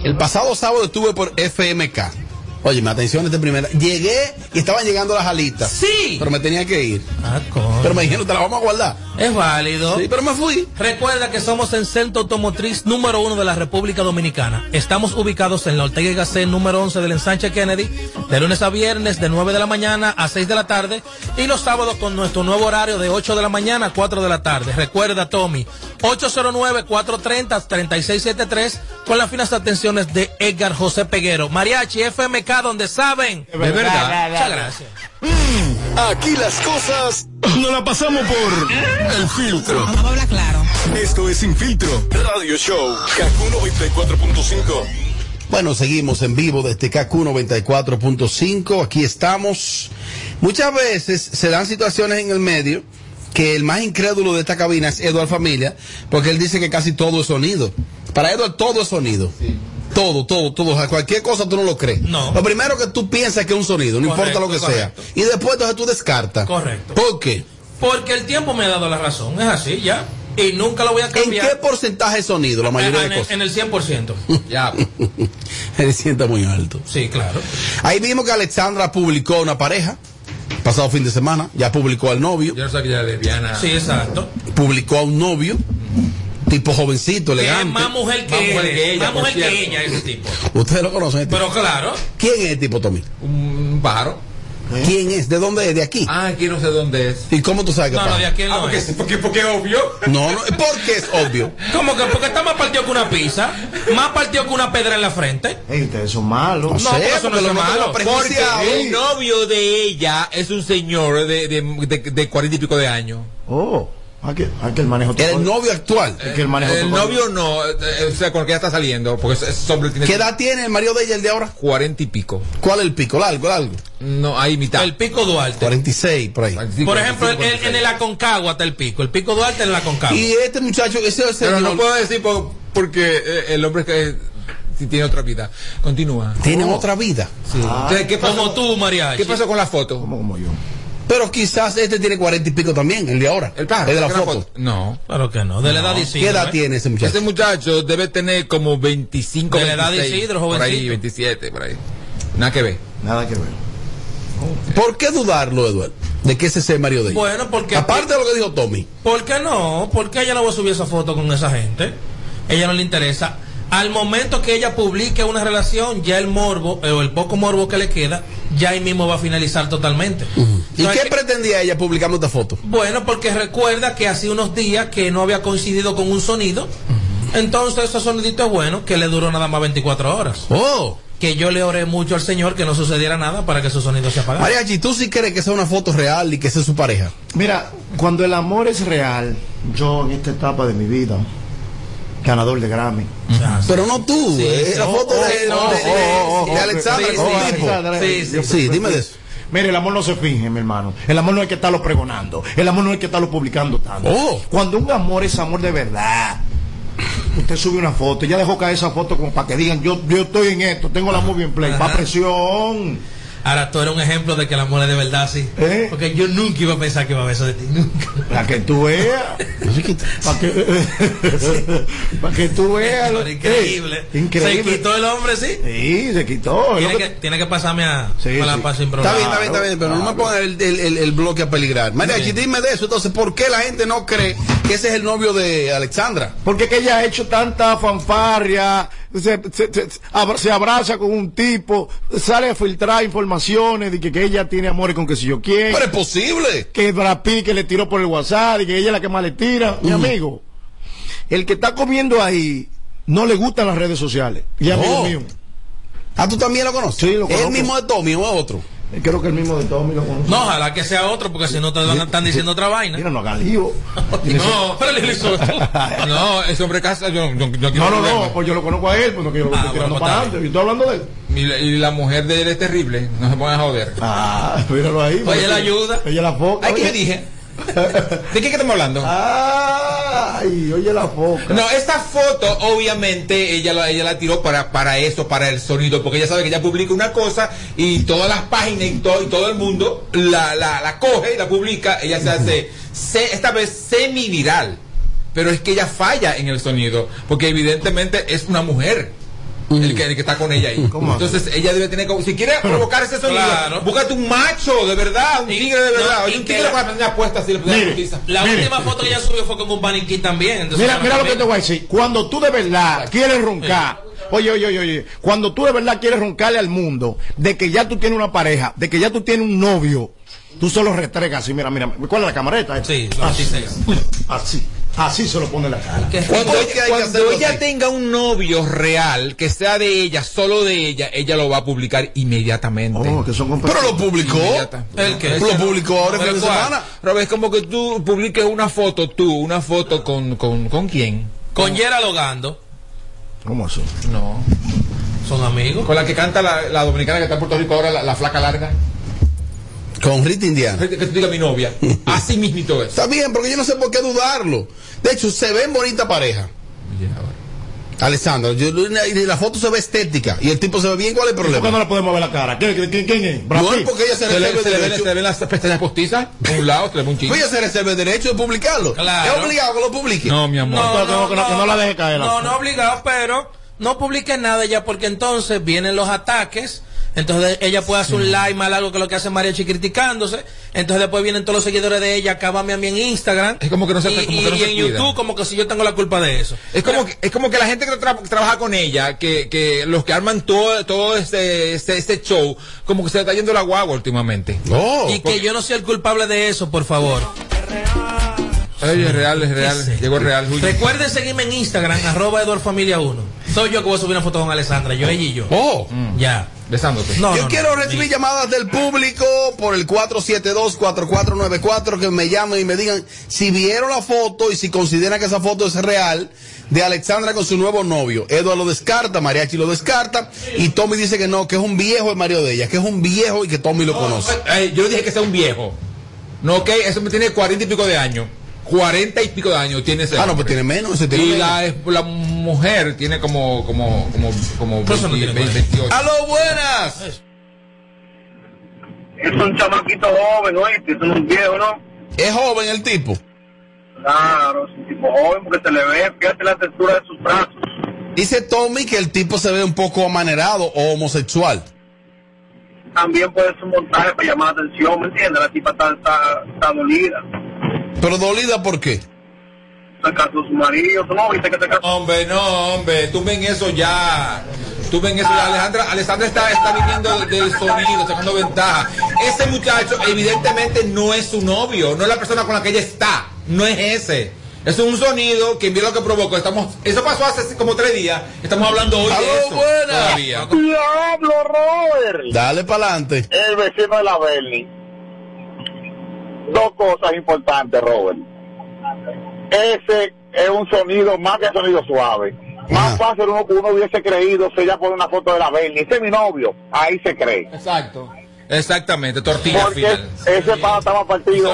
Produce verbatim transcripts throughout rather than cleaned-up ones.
El pasado sábado estuve por F M K. Oye, mi atención este primera. Llegué y estaban llegando las alitas. Sí. Pero me tenía que ir. Ah, coño. Pero me dijeron, te la vamos a guardar. Es válido. Sí, pero me fui. Recuerda que somos el centro automotriz número uno de la República Dominicana. Estamos ubicados en la Ortega y Gasset número once del ensanche Kennedy, de lunes a viernes de nueve de la mañana a seis de la tarde y los sábados con nuestro nuevo horario de ocho de la mañana a cuatro de la tarde. Recuerda, Tommy, ocho cero nueve, cuatro tres cero, tres seis siete tres con las finas atenciones de Edgar José Peguero. Mariachi F M K, donde saben. De verdad. verdad. Muchas gracias. Mm, aquí las cosas no la pasamos por el filtro. Vamos a hablar claro. Esto es Sin Filtro Radio Show Kaku noventa y cuatro punto cinco. Bueno, seguimos en vivo desde Kaku noventa y cuatro punto cinco. Aquí estamos. Muchas veces se dan situaciones en el medio que el más incrédulo de esta cabina es Eduard Familia, porque él dice que casi todo es sonido. Para Eduard todo es sonido. Sí. Todo, todo, todo. O sea, cualquier cosa tú no lo crees. No. Lo primero que tú piensas que es un sonido, no Correcto, importa lo que correcto. sea. Y después entonces tú descartas. Correcto. ¿Por qué? Porque el tiempo me ha dado la razón. Es así, ya. Y nunca lo voy a cambiar. ¿En qué porcentaje es sonido la mayoría en, de el, cosas? en el cien por ciento. Ya. El cien está muy alto. Sí, claro. Ahí vimos que Alexandra publicó una pareja. Pasado fin de semana. Ya publicó al novio. Yo no sabía que ella era lesbiana. Sí, exacto. Publicó a un novio. Tipo jovencito, Que elegante. es más mujer que, Más mujer él, que ella, más por mujer que cierto. ella, ese tipo. Ustedes lo conocen. Este Pero claro. ¿Quién es el tipo, Tommy? Un pájaro. ¿Quién es? ¿De dónde es? ¿De aquí? Ah, aquí no sé dónde es. ¿Y cómo tú sabes que No, no, pasa? de aquí él Ah, no porque, es. porque, porque es obvio. No, no, porque es obvio. ¿Cómo que? Porque está más partido que una pizza, más partido que una pedra en la frente. Ey, ustedes son malos. No No, sé, porque eso no porque es lo malo. noto prejuiciado. Porque el novio de ella es un señor de, de, de, de cuarenta y pico de años. Oh, aquí, aquí el manejo. Era el novio actual. Es que el manejo. El novio no, eh, o sea, con el que ella está saliendo, porque ese ese hombre tiene ¿Qué edad tiene el marido de ella, el de ahora? cuarenta y pico. ¿Cuál es el pico? ¿Largo, largo? No, ahí mitad. El Pico Duarte. cuarenta y seis, por ahí. cuarenta y cinco, Por ejemplo, cuarenta y en, cinco, en el Aconcagua está el Pico. El Pico Duarte en el Aconcagua. Y este muchacho, ese es el Pero señor. no puedo decir por- porque eh, el hombre que si tiene otra vida. Continúa. Tienen otra vida. Sí. Entonces, ¿qué pasó? Como tú, Mariachi. ¿Qué pasó con la foto? Como, como yo. Pero quizás este tiene cuarenta y pico también, el de ahora. El pájaro. El de la ¿Saca foto. No. Claro que no. De la edad de Isidro. ¿Qué edad ¿eh? tiene ese muchacho? Este muchacho debe tener como veinticinco, De la edad de veintiséis, Isidro, por ahí, jovencito. veintisiete, por ahí. Nada que ver. Nada que ver. ¿Por qué dudarlo, Eduardo? De que ese sea el marido de ella. Bueno, porque. Aparte de lo que dijo Tommy. ¿Por qué no? ¿Por qué ella no va a subir esa foto con esa gente? Ella no le interesa. Al momento que ella publique una relación, ya el morbo, o el poco morbo que le queda, ya ahí mismo va a finalizar totalmente. Uh-huh. ¿Y Entonces, qué que- pretendía ella publicando esta foto? Bueno, porque recuerda que hace unos días que no había coincidido con un sonido. Entonces, ese sonidito es bueno, que le duró nada más veinticuatro horas. Oh. Que yo le oré mucho al Señor que no sucediera nada para que su sonido se apagara. Mariachi, ¿tú sí crees que sea una foto real y que sea su pareja? Mira, cuando el amor es real, yo en esta etapa de mi vida, ganador de Grammy. Ah, sí. Pero no tú, Sí, eh, sí. la foto Oh, de, oh, de- oh, oh, de oh, Alexandra sí, con sí, un tipo. Alexandra, Sí, sí, Sí, dime de eso. Mire, el amor no se finge, mi hermano. El amor no hay que estarlo pregonando. El amor no hay que estarlo publicando tanto. Oh. Cuando un amor es amor de verdad, usted sube una foto, ya dejó caer esa foto como para que digan, yo, yo estoy en esto, tengo la movie en play, Ajá. va presión. Ahora tú eres un ejemplo de que el amor es de verdad, sí. ¿Eh? Porque yo nunca iba a pensar que iba a ver eso de ti. Nunca. Para que tú veas. Para que, para que tú veas. Pero increíble. Eh, increíble. Se quitó el hombre, sí. Sí, se quitó. Es Tiene lo que, que- tiene que pasarme a. Sí, me la sí. paso sin Está problema. bien, está bien, está bien, pero no me Claro. ponga el, el, el, el bloque a peligrar. Mariachi, Bien. dime de eso. Entonces, ¿por qué la gente no cree que ese es el novio de Alexandra? Porque que ella ha hecho tanta fanfarria, se, se, se, abra- se abraza con un tipo, sale a filtrar informaciones de que, que ella tiene amores con que si yo quién, Pero es posible. que Brad Pitt que le tiró por el WhatsApp y que ella es la que más le tira. Mi amigo, el que está comiendo ahí no le gustan las redes sociales. Y amigo Oh. mío, Ah, ¿tú también lo conoces? Sí, lo ¿Es el conozco. mismo de Tommy o es otro? creo que el mismo de Tommy lo conoce. No, ojalá que sea otro, porque si no te van a estar diciendo otra vaina. Mira, no hagan lío. No, pero le hizo tú. No, ese hombre casa, yo, yo, yo quiero No, no, no, problemas. pues yo lo conozco a él, pues no quiero que Ah, lo esté tirando bueno, para pues está adelante. Yo estoy hablando de él. Y la, y la mujer de él es terrible, no se pongan a joder. Ah, míralo ahí. Oye, la ayuda. Oye, la foca. Ay, ¿qué oye. yo dije? ¿De qué que estamos hablando? Ay, oye la foca. No, esta foto, obviamente, ella la, ella la tiró para, para eso, para el sonido, porque ella sabe que ella publica una cosa y todas las páginas y todo, y todo el mundo la, la, la coge y la publica. Ella se hace, se, esta vez semi-viral, pero es que ella falla en el sonido, porque evidentemente es una mujer. Uh-huh. El, que, el que está con ella ahí. ¿Cómo? Entonces ella debe tener como, si quiere provocar ese sonido, claro, búscate un macho de verdad, un tigre de verdad. No, un tigre la... con la prenda puesta así, mire, la mire, última foto que ella subió fue con un maniquí también. Entonces mira, mira lo que te voy a decir. Cuando tú de verdad quieres roncar, sí. Oye, oye, oye, oye, cuando tú de verdad quieres roncarle al mundo de que ya tú tienes una pareja, de que ya tú tienes un novio, tú solo restregas así, mira, mira, ¿cuál es la camareta? Sí, así, así, así se lo pone en la cara. Cuando, cuando ella así? tenga un novio real, que sea de ella, solo de ella, ella lo va a publicar inmediatamente. Oh, que son pero lo publicó. ¿El qué? Lo publicó ahora en fin de semana. Pero es como que tú publiques una foto, tú, una foto con, con, ¿con quién? Con, con Yera Logando. ¿Cómo así? No. ¿Son amigos? Con la que canta la, la dominicana que está en Puerto Rico ahora, la, la flaca larga. Con Rita Indiana. Que tú digas mi novia. Así mismito es. Está bien, porque yo no sé por qué dudarlo. De hecho, se ven bonita pareja. Yeah, Alessandra, yo, la foto se ve estética y el tipo se ve bien. ¿Cuál es el problema? ¿Por qué no le podemos ver la cara? ¿Quién, quién, quién es? No es porque ella se, se, le, se, le, ven, se le ven las pestañas postizas. A un lado, se le ve un chingo. Ella se reserva el derecho de publicarlo. Claro. ¿Es obligado que lo publique? No, mi amor. No, no, no, que, no, que no la deje caer. No, no obligado, pero no publique nada ya porque entonces vienen los ataques. Entonces ella puede hacer un live más largo que lo que hace Mariachi criticándose. Entonces después vienen todos los seguidores de ella, acábame a mí en Instagram. Es como que no se, y, como que no y se en cuida. YouTube como que si yo tengo la culpa de eso. Es como que, es como que la gente que tra trabaja con ella, que, que los que arman todo, todo este, este, este show, como que se le está yendo la guagua últimamente. Oh, y porque... que yo no soy el culpable de eso, por favor. Ay, es real, es real. Llegó real. Julio. Recuerden seguirme en Instagram, arroba Eduard Familia uno. Soy yo que voy a subir una foto con Alessandra, yo, ella y yo. Oh, mm. Ya. Besándote. No, yo no, quiero no, recibir no. llamadas del público por el cuatro siete dos, cuatro cuatro nueve cuatro, que me llamen y me digan si vieron la foto y si consideran que esa foto es real de Alexandra con su nuevo novio. Eduardo lo descarta, Mariachi lo descarta y Tommy dice que no, que es un viejo el marido de ella, que es un viejo y que Tommy lo no, conoce. Eh, yo dije que sea un viejo. No, que eso me tiene cuarenta y pico de años. Cuarenta y pico de años tiene ese Ah, no, pues tiene menos. Ese tiene y menos. La, la mujer tiene como como como como veinte, veintiocho. ¡Aló, buenas! Es un chamaquito joven, ¿oíste? Es un viejo, ¿no? ¿Es joven el tipo? Claro, es un tipo joven porque se le ve, fíjate la textura de sus brazos. Dice Tommy que el tipo se ve un poco amanerado o homosexual. También puede ser un montaje para llamar la atención, ¿me entiendes? La tipa está, está, está dolida. ¿Pero dolida por qué? Se casó su marido, ¿no? ¿Viste que se casó? Hombre, no, hombre, tú ven eso ya. Tú ven eso ya. Alejandra, Alessandra está, está viniendo del sonido, sacando ventaja. Ese muchacho evidentemente no es su novio, no es la persona con la que ella está, no es ese. Es un sonido que mira lo que provocó. Estamos, eso pasó hace como tres días. Estamos hablando hoy de eso. Buena. Diablo, Robert. Dale para adelante. El vecino de la Berni. Dos cosas importantes, Robert. Ese es un sonido más que sonido suave. Más ah. fácil uno que uno hubiese creído si ella pone una foto de la Berni. Ese es mi novio. Ahí se cree. Exacto. Exactamente. Tortilla Porque final. Ese pana estaba partido.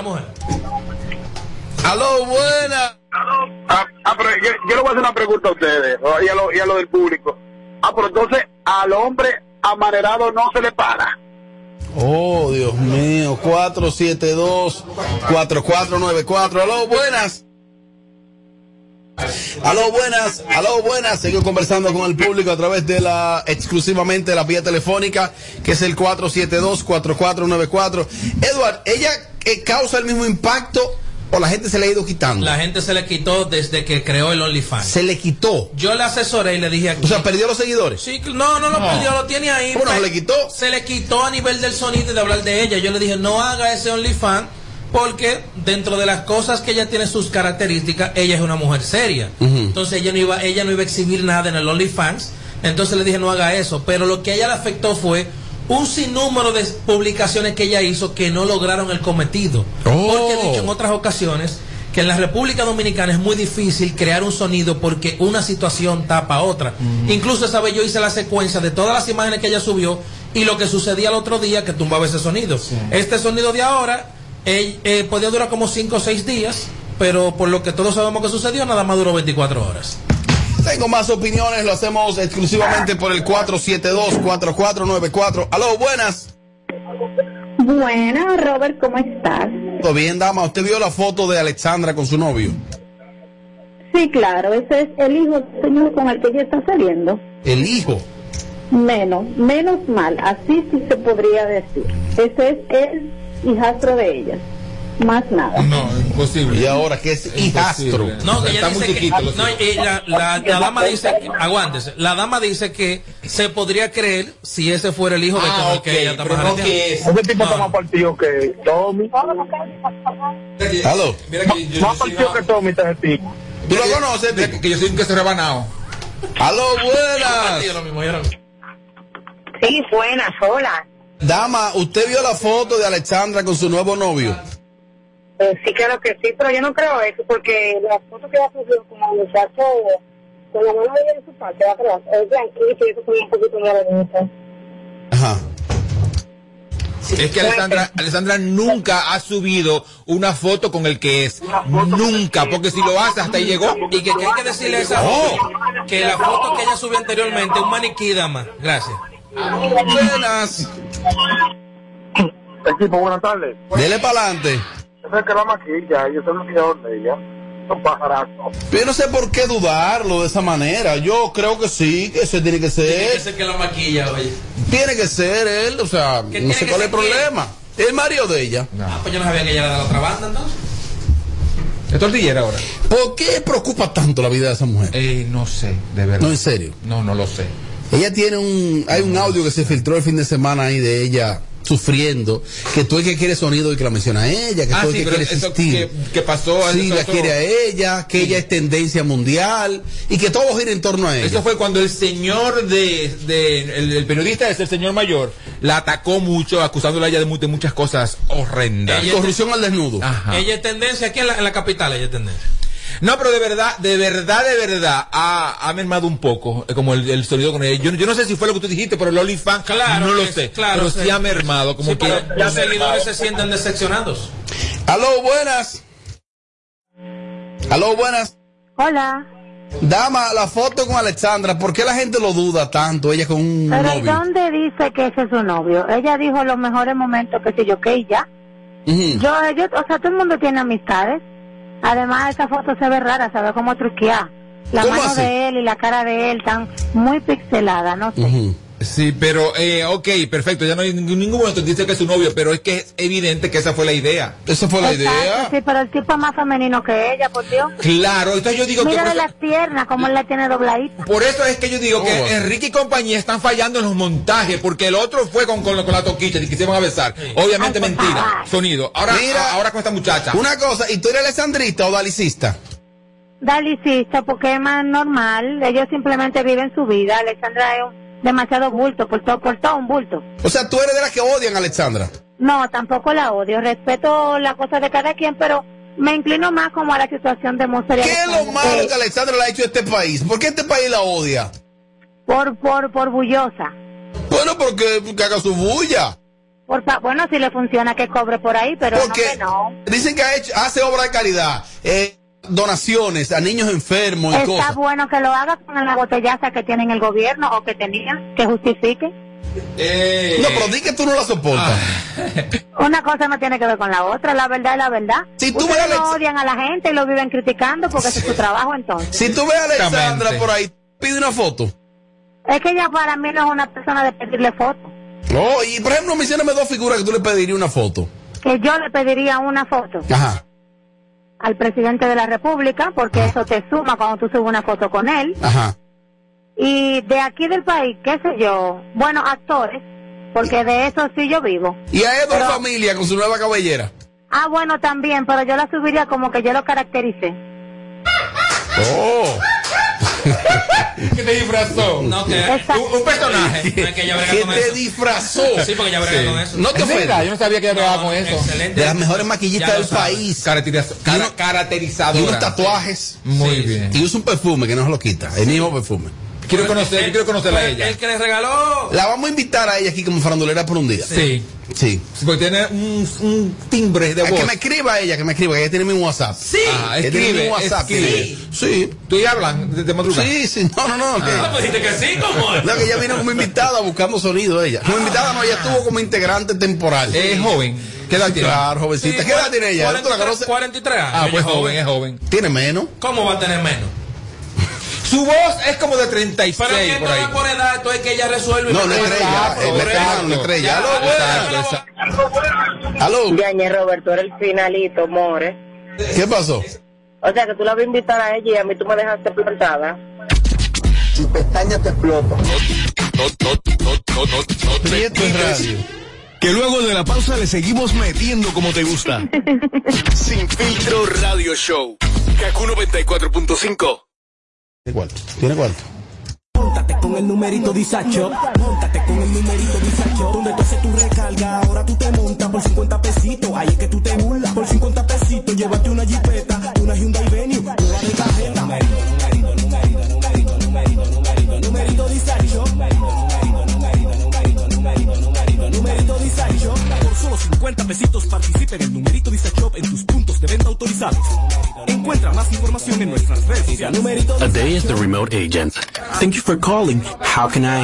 Aló, buena. Ah, ah, pero yo, yo le voy a hacer una pregunta a ustedes y a, lo, y a lo del público. Ah, pero entonces al hombre amanerado no se le para. Oh, Dios mío. cuatro siete dos, cuatro cuatro nueve cuatro. Aló, buenas. Aló, buenas. Aló, buenas. Sigo conversando con el público a través de la, exclusivamente de la vía telefónica, que es el cuatro siete dos, cuatro cuatro nueve cuatro. Edward, ¿ella eh, causa el mismo impacto o la gente se le ha ido quitando? La gente se le quitó desde que creó el OnlyFans. Se le quitó. Yo le asesoré y le dije aquí. O sea, ¿perdió los seguidores? Sí, no, no lo no. perdió, lo tiene ahí. ¿Cómo no se le quitó? Se le quitó a nivel del sonido y de hablar de ella. Yo le dije, no haga ese OnlyFans porque dentro de las cosas que ella tiene sus características, ella es una mujer seria. Uh-huh. Entonces ella no iba, ella no iba a exhibir nada en el OnlyFans. Entonces le dije, no haga eso. Pero lo que a ella le afectó fue un sinnúmero de publicaciones que ella hizo que no lograron el cometido. Oh. Porque he dicho en otras ocasiones que en la República Dominicana es muy difícil crear un sonido porque una situación tapa a otra. Mm. Incluso esa vez yo hice la secuencia de todas las imágenes que ella subió y lo que sucedía el otro día que tumbaba ese sonido. Sí. Este sonido de ahora eh, eh, podía durar como cinco o seis días, pero por lo que todos sabemos que sucedió, nada más duró veinticuatro horas. Tengo más opiniones, lo hacemos exclusivamente por el cuatro siete dos, cuatro cuatro nueve cuatro. Aló, buenas. Buenas, Robert, ¿cómo estás? Todo bien, dama. ¿Usted vio la foto de Alexandra con su novio? Sí, claro, ese es el hijo del señor con el que ella está saliendo. El hijo. Menos, menos mal, así sí se podría decir. Ese es el hijastro de ella. Más nada. No, imposible. Y ahora que es hijastro. No, que ella Está dice muy chiquito, que, lo no, y la, la, la dama dice, aguántese, la dama dice que se podría creer si ese fuera el hijo de Ah, con el ok, que ella está pero no pajareteando. que es. Ese tipo No. está más partido que Tommy. Aló. Mira que yo, yo Más soy partido una- que Tommy está ese tipo. ¿Tú lo conoces, mira tío? que, que yo soy un queso rebanado. Aló, Sí, buenas. lo mismo, yo lo mismo. Sí, buenas, hola. Dama, ¿usted vio la foto de Alexandra con su nuevo novio? Eh, sí, claro que sí, pero yo no creo eso, porque la foto que ella subió con el muchacho, con la mano de ella en su parte de atrás, es blanquito y eso tiene un poquito de bonito. Ajá. Es que Alessandra, Alessandra nunca ha subido una foto con el que es. Nunca, porque si lo hace hasta ahí llegó. Y que, que hay que decirle a esa Oh. joven que la foto que ella subió anteriormente, un maniquí, dama. Gracias. Buenas. Equipo, buenas tardes. Dele para adelante. Ese es que la maquilla, yo soy el maquillador de ella. Son pajarazos. Yo no sé por qué dudarlo de esa manera. Yo creo que sí, que ese tiene que ser. Ese que la maquilla, oye. Tiene que ser él, o sea, ¿Qué no tiene sé que cuál es el ser quién? problema. El marido de ella. Ah, pues yo no sabía que ella era de la otra banda, entonces. ¿Es tortillera ahora? ¿Por qué preocupa tanto la vida de esa mujer? Eh, no sé, de verdad. No, en serio. No, no lo sé. Ella tiene un, hay un audio que se filtró el fin de semana ahí de ella sufriendo, que tú el que quiere sonido y que la menciona a ella, que Ah, tú el sí, que pero quiere eso existir. que, que pasó. Sí, eso- la eso- quiere a ella, que ella es tendencia mundial y que todo gira en torno a ella. Eso fue cuando el señor de, de el, el periodista es el señor mayor, la atacó mucho, acusándola a ella de, mu- de muchas cosas horrendas. Ella- Corrupción al desnudo. Ajá. Ella es tendencia aquí en la, en la capital, ella es tendencia. No, pero de verdad, de verdad, de verdad, ha, ha mermado un poco, eh, como el, el sonido con ella. Yo, yo no sé si fue lo que tú dijiste, pero el OnlyFans, Claro, no lo es- sé. claro, pero sí sí. ha mermado, como Sí, que... pero los seguidores se sienten decepcionados. Aló, buenas. Aló, buenas. Hola. Dama, la foto con Alexandra, ¿por qué la gente lo duda tanto? Ella con un Pero ¿y novio. dónde dice que ese es su novio? Ella dijo los mejores momentos, que si yo, que y ya. Ujú. Yo, yo, o sea, todo el mundo tiene amistades. Además, esa foto se ve rara, se ve como truqueada. La ¿Cómo mano así? de él y la cara de él están muy pixeladas, no sé. Ujú. Sí, pero, eh, ok, perfecto, ya no hay ningún, ningún momento dice que es su novio, pero es que es evidente que esa fue la idea. Esa fue la Exacto, idea. sí, pero el tipo es más femenino que ella, por Dios. Claro, entonces yo digo que... Mira por de eso- las piernas, como él la tiene dobladita. Por eso es que yo digo ¿Cómo va a que ser? Enrique y compañía están fallando en los montajes, porque el otro fue con, con, con la toquilla y que se iban a besar. Obviamente Ay, por mentira, favor. sonido. Ahora, Mira, a- ahora con esta muchacha. Una cosa, ¿y tú eres alexandrista o dalicista? Dalicista, porque es más normal. Ellos simplemente viven su vida. Alexandra es un demasiado bulto, por todo, por todo un bulto. O sea, tú eres de las que odian a Alexandra. No, tampoco la odio. Respeto la cosa de cada quien, pero me inclino más como a la situación de Monster y ¿Qué es Alexandra, lo malo que- que Alexandra le ha hecho a este país? ¿Por qué este país la odia? Por, por, por bullosa. Bueno, porque, porque haga su bulla. Por fa- bueno, si le funciona que cobre por ahí, pero no Porque que no. dicen que ha hecho, hace obra de caridad, eh, donaciones a niños enfermos y Está cosas. bueno que lo haga con la botellaza que tiene en el gobierno o que tenía, que justifique. Eh, No, pero di que tú no la soportas. Una cosa no tiene que ver con la otra, la verdad es la verdad. Si tú Ustedes ves a no Alex- odian a la gente y lo viven criticando porque ese es su trabajo entonces. Si tú ves a Alexandra Exactamente. por ahí, pide una foto. Es que ella para mí no es una persona de pedirle fotos. No, y por ejemplo, mencióname dos figuras que tú le pedirías una foto. Que yo le pediría una foto Ajá, al presidente de la República, porque eso te suma cuando tú subes una foto con él. ajá. Y de aquí del país, qué sé yo, bueno, actores, porque de eso sí yo vivo. Y a Edward Pero- Familia con su nueva cabellera. Ah, bueno, también, pero yo la subiría como que yo lo caractericé. Oh. ¿Qué te disfrazó? No, que Esa- Un, un personaje. no es que ella brega Que con te eso. disfrazó. Sí, porque ella brega Sí. con eso. No te Es verdad, ofendas. yo no sabía que ella trabajaba con eso. Excelente. De las mejores maquillistas Ya lo del sabes. país. Caracteriza- Y cara- uno- Y caracterizadora. unos tatuajes. Muy Sí, bien. Y usa un perfume que no se lo quita. El mismo perfume. Quiero conocer, yo quiero conocerla a Fue ella. El que le regaló. La vamos a invitar a ella aquí como farandulera por un día. Sí. Sí. Sí, porque tiene un, un timbre de A voz. que me escriba ella, que me escriba, que ella tiene mi WhatsApp. Sí. Ah, Ella tiene escribe, mi WhatsApp. escribe. tiene. Sí. ¿Tú y hablan de, de madrugada? Sí, sí. No, no, no. que- Ah, pues dijiste que sí, ¿cómo es? No, que ella vino como invitada buscando sonido ella. Como invitada no, ella estuvo como integrante temporal. Es joven. ¿Qué edad tiene? Claro, jovencita. ¿Qué edad tiene ella? ¿Tú la cuarenta y tres conoces? cuarenta y tres años. Ah, Ella pues joven, es joven. Tiene menos. ¿Cómo va a tener menos? Su voz es como de treinta y seis Pero que por esto ahí. no es por edad, esto es que ella resuelve. No, no estrella, Exacto, le pegaron una estrella. Aló, Exacto, buenas. Aló. Yañe Roberto, eres el finalito, more. ¿Qué pasó? O sea que tú la vas a invitar a ella y a mí tú me dejaste plantada. Tu pestaña te explota. No, no, no, no, no, no te Y esto es quites, radio. que luego de la pausa le seguimos metiendo como te gusta. Sin Filtro Radio Show. Kaku noventa y cuatro punto cinco. ¿Tiene cuánto? ¿Tiene cuánto? Móntate con el numerito Disacho, móntate con el numerito Disacho, donde tú haces tu recarga, ahora tú te montas por cincuenta pesitos, ahí es que tú te burlas, por cincuenta pesitos, llévate una jipeta, una Hyundai Venue, una de tarjeta, numerito, numerito, numerito, numerito, numerito, numerito, numerito Disacho, numerito, numerito, numerito, numerito, numerito, numerito, numerito Disacho, por solo cincuenta pesitos participa en el numerito Disacho en tus puntos de venta autorizados. Encuentra más información en nuestras redes sociales. Numerito A day is the remote agent. Thank you for calling. How can I?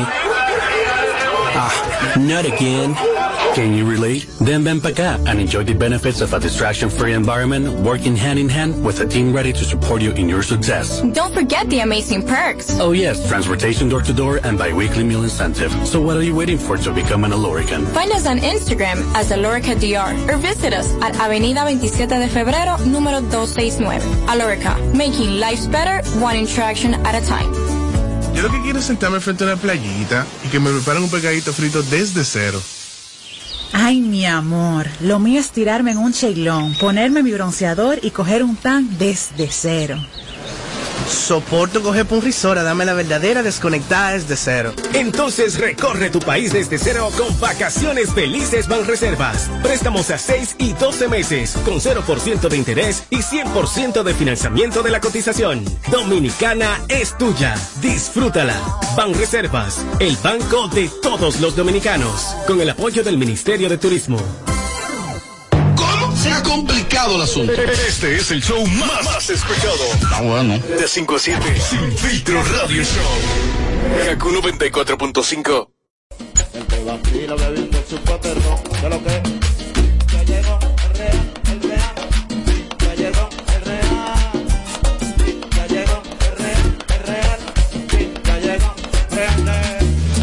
Ah, not again. Can you relate? Then ven pa' acá and enjoy the benefits of a distraction-free environment, working hand in hand with a team ready to support you in your success. Don't forget the amazing perks. Oh yes, transportation door-to-door and bi-weekly meal incentive. So what are you waiting for to become an Alorican? Find us on Instagram as Alorica D R or visit us at Avenida veintisiete de Febrero, número doscientos sesenta y nueve. Alorica, making lives better, one interaction at a time. Yo lo que quiero es sentarme frente a una playita y que me preparen un pescadito frito desde cero. Ay, mi amor, lo mío es tirarme en un cheilón, ponerme mi bronceador y coger un tan desde cero. Soporto coger pa' un risora, dame la verdadera desconectada desde cero. Entonces recorre tu país desde cero con Vacaciones Felices Banreservas. Préstamos a seis y doce meses, con cero por ciento de interés y cien por ciento de financiamiento de la cotización. Dominicana es tuya. Disfrútala. Banreservas, el banco de todos los dominicanos. Con el apoyo del Ministerio de Turismo. Se ha complicado el asunto. Este es el show más, más escuchado. Ah, bueno. De cinco a siete, Sin Filtro Radio Show. Kaku noventa y cuatro punto cinco. El que va fila bebiendo su paterno, de lo que ya llegó el real, el real, ya llegó el real, ya llegó el real, el real, ya llegó el real.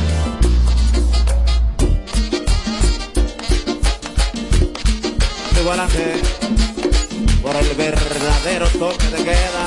Igual a que por el verdadero toque de queda.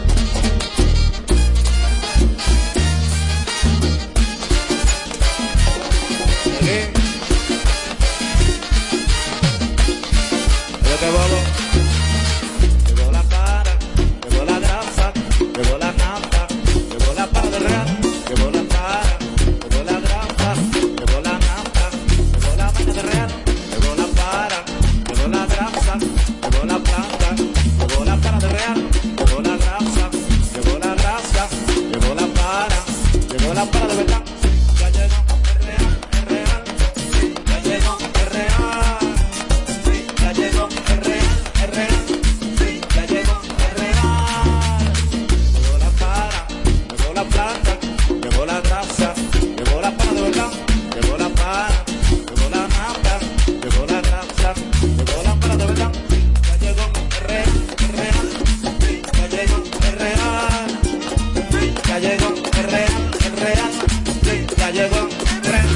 Yo que bobo, llegó la cara, llegó la grasa, llegó la nafta, llegó la par de real, llegó la cara, llegó la grasa, llegó la nafta, llegó la par de real, llegó la para, llegó la grasa, llegó la planta, llegó la para de real, llegó la grasa, llegó la grasa, llegó la para, llegó la para de verdad. Ya llegó el real, el real, ya llegó el real, ya llegó el real, el real, ya llegó el real. Llegó la para, llegó la planta, llegó la grasa, llegó la para de verdad, llegó la para, llegó la nafta, llegó la grasa, llegó la para de verdad. Ya llegó el real, el real, ya llegó el real, ya llegó el real, el real, ya llegó el real, el real.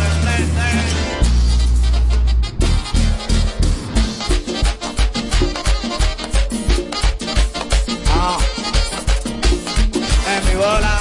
Ah, en mi bola.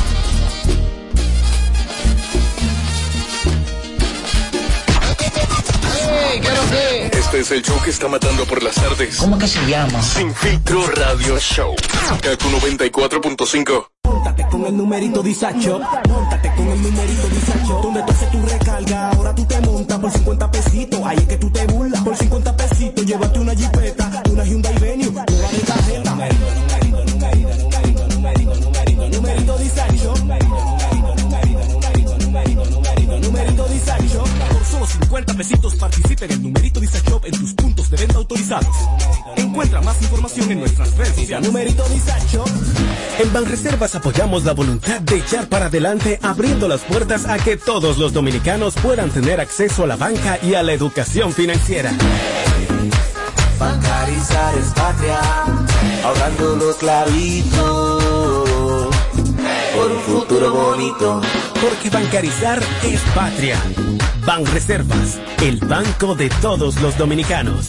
Este es el show que está matando por las tardes. ¿Cómo que se llama? Sin Filtro Radio Show. Kaku noventa y cuatro punto cinco. Móntate con el numerito Disacho, móntate con el numerito Disacho, donde tú haces tu recarga, ahora tú te montas por cincuenta pesitos, ahí es que tú te burlas, por cincuenta pesitos, llévate una jipeta, una Hyundai Venue, una de tarjeta. Numerito, numerito, numerito, numerito, numerito, numerito, numerito Disacho, numerito, numerito, numerito, numerito, numerito, numerito, numerito Disacho. Por solo cincuenta pesitos participa en el numerito Disacho en tus puntos de venta autorizados. Encuentra más información en nuestras redes sociales. Numerito Disacho. En Banreservas apoyamos la voluntad de echar para adelante, abriendo las puertas a que todos los dominicanos puedan tener acceso a la banca y a la educación financiera. Bancarizar es patria, ahorrando los clavitos. por un futuro bonito. Porque bancarizar es patria. Banreservas, el banco de todos los dominicanos.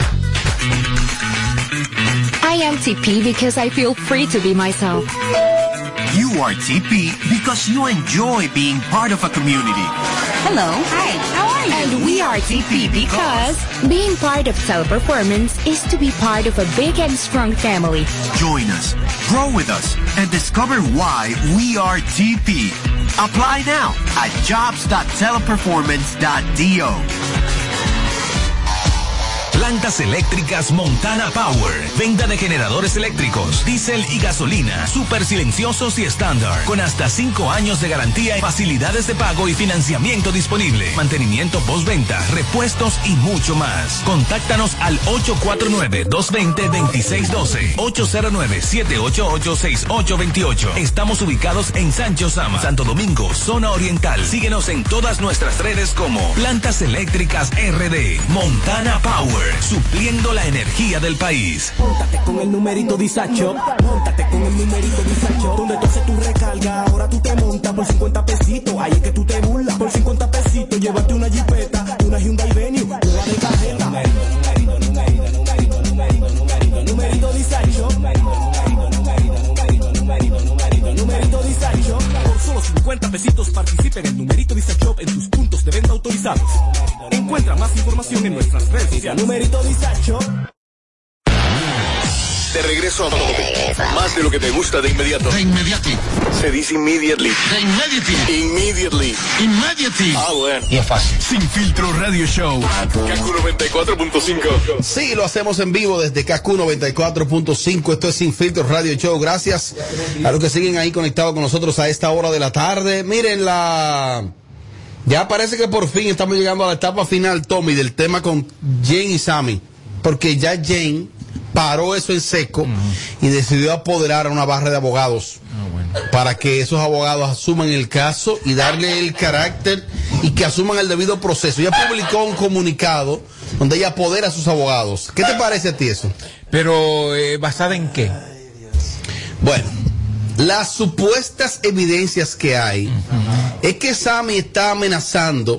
I am T P because I feel free to be myself. You are T P because you enjoy being part of a community. Hello. Hi. How are you? And we are T P because being part of Teleperformance is to be part of a big and strong family. Join us, grow with us, and discover why we are T P. Apply now at jobs dot teleperformance dot do. Plantas eléctricas Montana Power. Venta de generadores eléctricos, diésel y gasolina, súper silenciosos y estándar, con hasta cinco años de garantía, facilidades de pago y financiamiento disponible, mantenimiento postventa, repuestos y mucho más. Contáctanos al ocho cuatro nueve, dos dos cero, dos seis uno dos, ocho cero nueve, siete ocho ocho, seis ocho dos ocho. Estamos ubicados en Sancho Sama, Santo Domingo, zona oriental. Síguenos en todas nuestras redes como Plantas Eléctricas R D. Montana Power, supliendo la energía del país. Móntate con el numerito Disacho, móntate con el numerito Disacho, donde tú haces tu recarga, ahora tú te montas por cincuenta pesitos, ahí es que tú te burlas, por cincuenta pesitos, llévate una jipeta, una Hyundai Venue, nueva de cajeta. Numerito, numerito, numerito, numerito, numerito, numerito, numerito Disacho, numerito, numerito, numerito, numerito, numerito, numerito Disacho. Por solo cincuenta pesitos participa en el numerito Disacho en tus puntos de venta autorizados. Encuentra más información en nuestras redes sociales. Numerito Disacho. De regreso a más de lo que te gusta de inmediato. De inmediati. Se dice immediately. De immediati. Immediately. Immediati. Ah, bueno. Y es fácil. Sin Filtro Radio Show. Kaku noventa y cuatro punto cinco. Sí, lo hacemos en vivo desde Kaku noventa y cuatro punto cinco. Esto es Sin Filtro Radio Show. Gracias a los que siguen ahí conectados con nosotros a esta hora de la tarde. Miren la... Ya parece que por fin estamos llegando a la etapa final, Tommy, del tema con Jane y Sammy. Porque ya Jane paró eso en seco uh-huh. y decidió apoderar a una barra de abogados oh, bueno. para que esos abogados asuman el caso y darle el carácter y que asuman el debido proceso. Ella publicó un comunicado donde ella apodera a sus abogados. ¿Qué te parece a ti eso? Pero, eh, ¿basada en qué? Bueno, las supuestas evidencias que hay uh-huh. es que Sammy está amenazando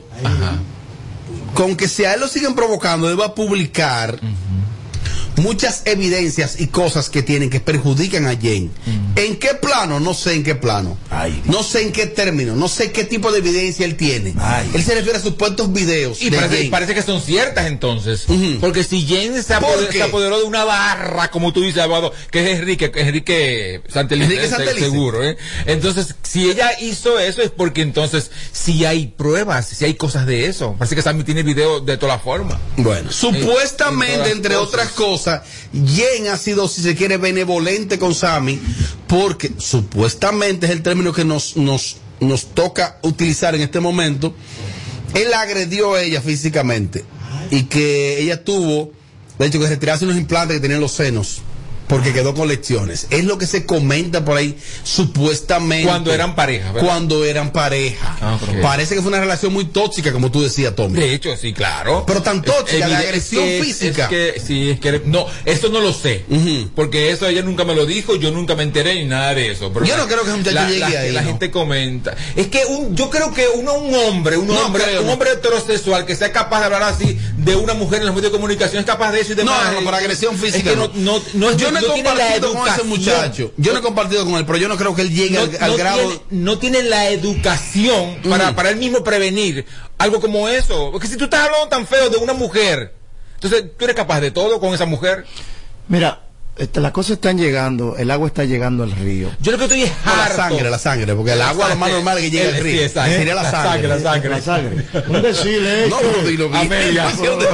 uh-huh. con que si a él lo siguen provocando, él va a publicar uh-huh. muchas evidencias y cosas que tienen que perjudican a Jane. Mm. ¿En qué plano? No sé en qué plano. Ay. No sé en qué término. No sé qué tipo de evidencia él tiene. Ay. Él se refiere a supuestos videos. Y de parece, Jane. parece que son ciertas entonces. Uh-huh. Porque si Jane se, apoder, se apoderó de una barra, como tú dices, abogado, que es Enrique, Enrique Santelice, Enrique Santelice. Seguro, ¿eh? Entonces, si ella hizo eso es porque entonces si hay pruebas, si hay cosas de eso. Parece que Sammy tiene video de todas las formas. Bueno, supuestamente, en, entre cosas. otras cosas, Jane ha sido, si se quiere, benevolente con Sammy, porque supuestamente es el término que nos, nos, nos toca utilizar en este momento. Él la agredió a ella físicamente y que ella tuvo, de hecho, que retirarse unos implantes que tenían los senos porque quedó con lecciones. Es lo que se comenta por ahí, supuestamente. Cuando eran pareja, ¿verdad? Cuando eran pareja. Ah, okay. Parece que fue una relación muy tóxica, como tú decías, Tommy. De hecho, sí, claro. Pero tan tóxica, es, de agresión es que, física. Es que, sí, es que, no, eso no lo sé. Uh-huh. Porque eso ella nunca me lo dijo, yo nunca me enteré ni nada de eso. Pero yo la, no creo que un muchacho la, llegue la, ahí. La ¿no? gente comenta. Es que un, yo creo que uno, un hombre, un no, hombre, creo, un no. hombre heterosexual que sea capaz de hablar así de una mujer en los medios de comunicación es capaz de eso y demás. No, no, no, por agresión física. Es que no, no, no, yo no, no he tiene la educación. Con ese muchacho. Yo no he compartido con él, pero yo no creo que él llegue no, al, al no grado. Tiene, no tiene la educación para, uh-huh. para él mismo prevenir algo como eso. Porque si tú estás hablando tan feo de una mujer, entonces tú eres capaz de todo con esa mujer. Mira, este, las cosas están llegando, el agua está llegando al río. Yo lo que estoy es harto. No, la sangre, la sangre, porque el agua lo más normal es que llegue al río. Sí, exacto. Sería la, la sangre. sangre. La sangre, la sangre. Un decirle, no, pero dilo bien. Amelia.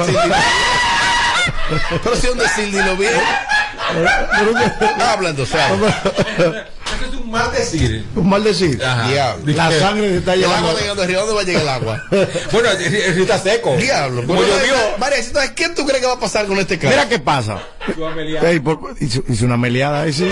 Pero si un decir, dilo bien. Habla entonces. Eso es un mal decir. Un mal decir. Ajá. La sangre se está llevando. El agua llegando al río, ¿dónde va a llegar el agua? Bueno, el río está seco. Diablo. Como bueno, llovió. María, entonces, ¿qué tú crees que va a pasar con este caso? Mira qué pasa. Ey, por, hizo, hizo una meleada ahí, sí.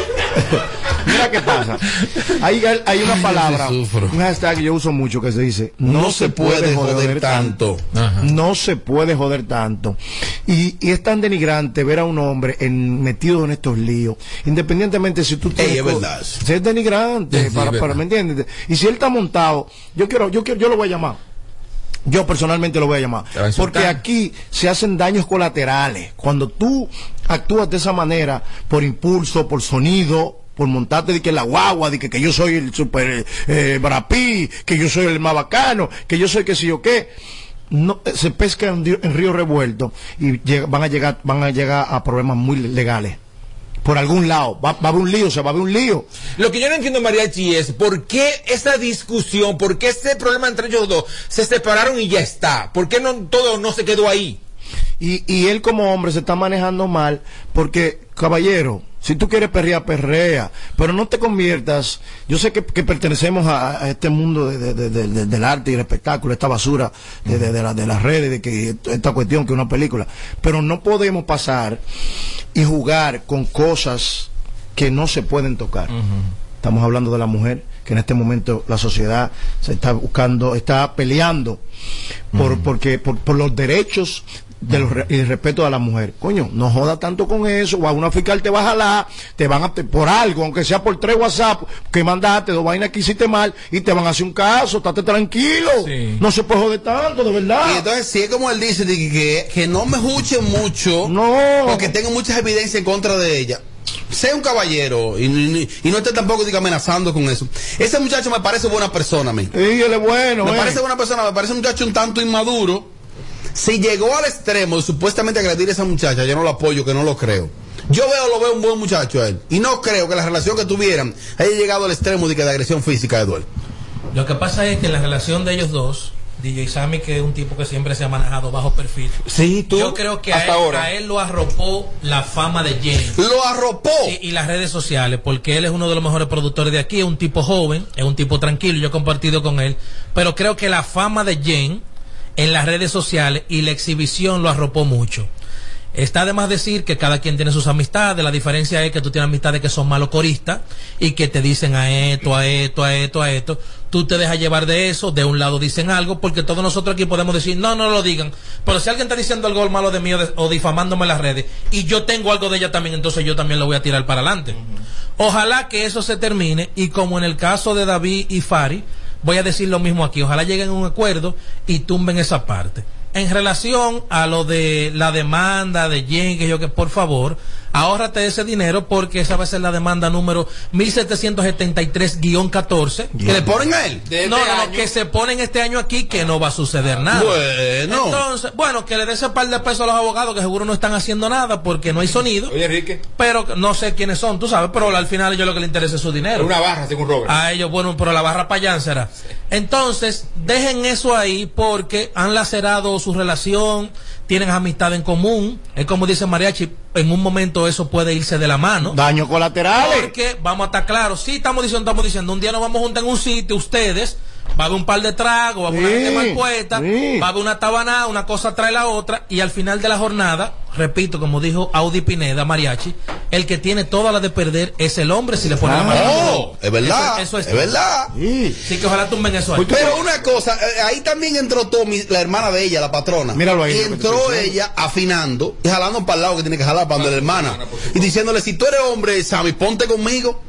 Mira qué pasa. Hay, hay una palabra, un hashtag que yo uso mucho que se dice, no, no se, se puede, puede joder, joder tanto. tanto. No se puede joder tanto. Y, y es tan denigrante ver a un hombre en, metido en estos líos. Independientemente si tú tienes... Ey, es verdad. Es denigrante, sí, para, para, ¿me entiendes? Y si él está montado, yo quiero, yo quiero, yo lo voy a llamar. Yo personalmente lo voy a llamar. Porque aquí se hacen daños colaterales. Cuando tú actúas de esa manera, por impulso, por sonido, por montarte de que la guagua, de que, que yo soy el super eh, brapí, que yo soy el más bacano, que yo soy que sé yo qué, no, se pesca en, en río revuelto y llega, van a llegar, van a llegar a problemas muy legales. Por algún lado, va, va a haber un lío, se va a haber un lío. Lo que yo no entiendo, Mariachi, es por qué esa discusión, por qué ese problema entre ellos dos se separaron y ya está. ¿Por qué no todo no se quedó ahí? Y, y él como hombre se está manejando mal porque, caballero, si tú quieres perrear, perrea, pero no te conviertas. Yo sé que, que pertenecemos a, a este mundo de, de, de, de, de, del arte y el espectáculo, esta basura de, de, de, la, de las redes, de que esta cuestión que es una película, pero no podemos pasar y jugar con cosas que no se pueden tocar. Uh-huh. Estamos hablando de la mujer, que en este momento la sociedad se está buscando, está peleando por, uh-huh. porque, por, por los derechos de los, y el respeto a la mujer. Coño, no joda tanto con eso, o a una fiscal te va a jalar, te van a, por algo, aunque sea por tres WhatsApp, que mandaste dos vainas que hiciste mal, y te van a hacer un caso, estate tranquilo, sí. No se puede joder tanto, de verdad. Y entonces, si es como él dice, que, que, que no me escuchen mucho, no, porque tengo muchas evidencias en contra de ella. Sea un caballero y, y, y no esté tampoco diga, amenazando con eso. Ese muchacho me parece buena persona a mí. Sí, él es bueno. Me eh. parece buena persona, me parece un muchacho un tanto inmaduro. Si llegó al extremo de supuestamente agredir a esa muchacha, yo no lo apoyo, que no lo creo. Yo veo, lo veo un buen muchacho a él. Y no creo que la relación que tuvieran haya llegado al extremo de, que de agresión física, Eduardo. Lo que pasa es que la relación de ellos dos, D J Sammy, que es un tipo que siempre se ha manejado bajo perfil. Sí, tú. Yo creo que a él, a él lo arropó la fama de Jane. Lo arropó. Y, y las redes sociales, porque él es uno de los mejores productores de aquí, es un tipo joven, es un tipo tranquilo, yo he compartido con él. Pero creo que la fama de Jane en las redes sociales y la exhibición lo arropó mucho. Está de más decir que cada quien tiene sus amistades. La diferencia es que tú tienes amistades que son malos coristas y que te dicen a esto, a esto, a esto, a esto. Tú te dejas llevar de eso. De un lado dicen algo, porque todos nosotros aquí podemos decir, no, no lo digan. Pero si alguien está diciendo algo malo de mí o, de, o difamándome en las redes y yo tengo algo de ella también, entonces yo también lo voy a tirar para adelante. Uh-huh. Ojalá que eso se termine, y como en el caso de David y Fari, voy a decir lo mismo aquí. Ojalá lleguen a un acuerdo y tumben esa parte. En relación a lo de la demanda de Jen, que yo que por favor, ahórrate ese dinero, porque esa va a ser la demanda número mil setecientos setenta y tres guión catorce. ¿Que le ponen a él? No, no, no, que se ponen este año aquí, que no va a suceder nada. Bueno. Entonces, bueno, que le dé ese par de pesos a los abogados, que seguro no están haciendo nada porque no hay sonido. Oye, Enrique. Pero no sé quiénes son, tú sabes, pero al final a ellos lo que les interesa es su dinero. Una barra, según Robert. A ellos, bueno, pero la barra payán será. Entonces, dejen eso ahí, porque han lacerado su relación, tienen amistad en común. Es como dice Mariachi, en un momento eso puede irse de la mano. Daños colaterales. Porque, vamos a estar claros, sí estamos diciendo, estamos diciendo, un día nos vamos a juntar en un sitio, ustedes, va a haber un par de tragos, va a haber sí, una gente mal puesta, sí. Va a haber una tabanada, una cosa trae la otra, y al final de la jornada, repito, como dijo Audi Pineda, Mariachi, el que tiene toda la de perder es el hombre si le pone ah, la mano. No, es verdad, eso, eso es, es verdad. Sí. sí, que ojalá tumben eso ahí. Pero una cosa, ahí también entró Tommy, la hermana de ella, la patrona. Míralo ahí. Y entró ella afinando y jalando para el lado que tiene que jalar para donde la hermana. Y diciéndole, si tú eres hombre, Sammy, ponte conmigo.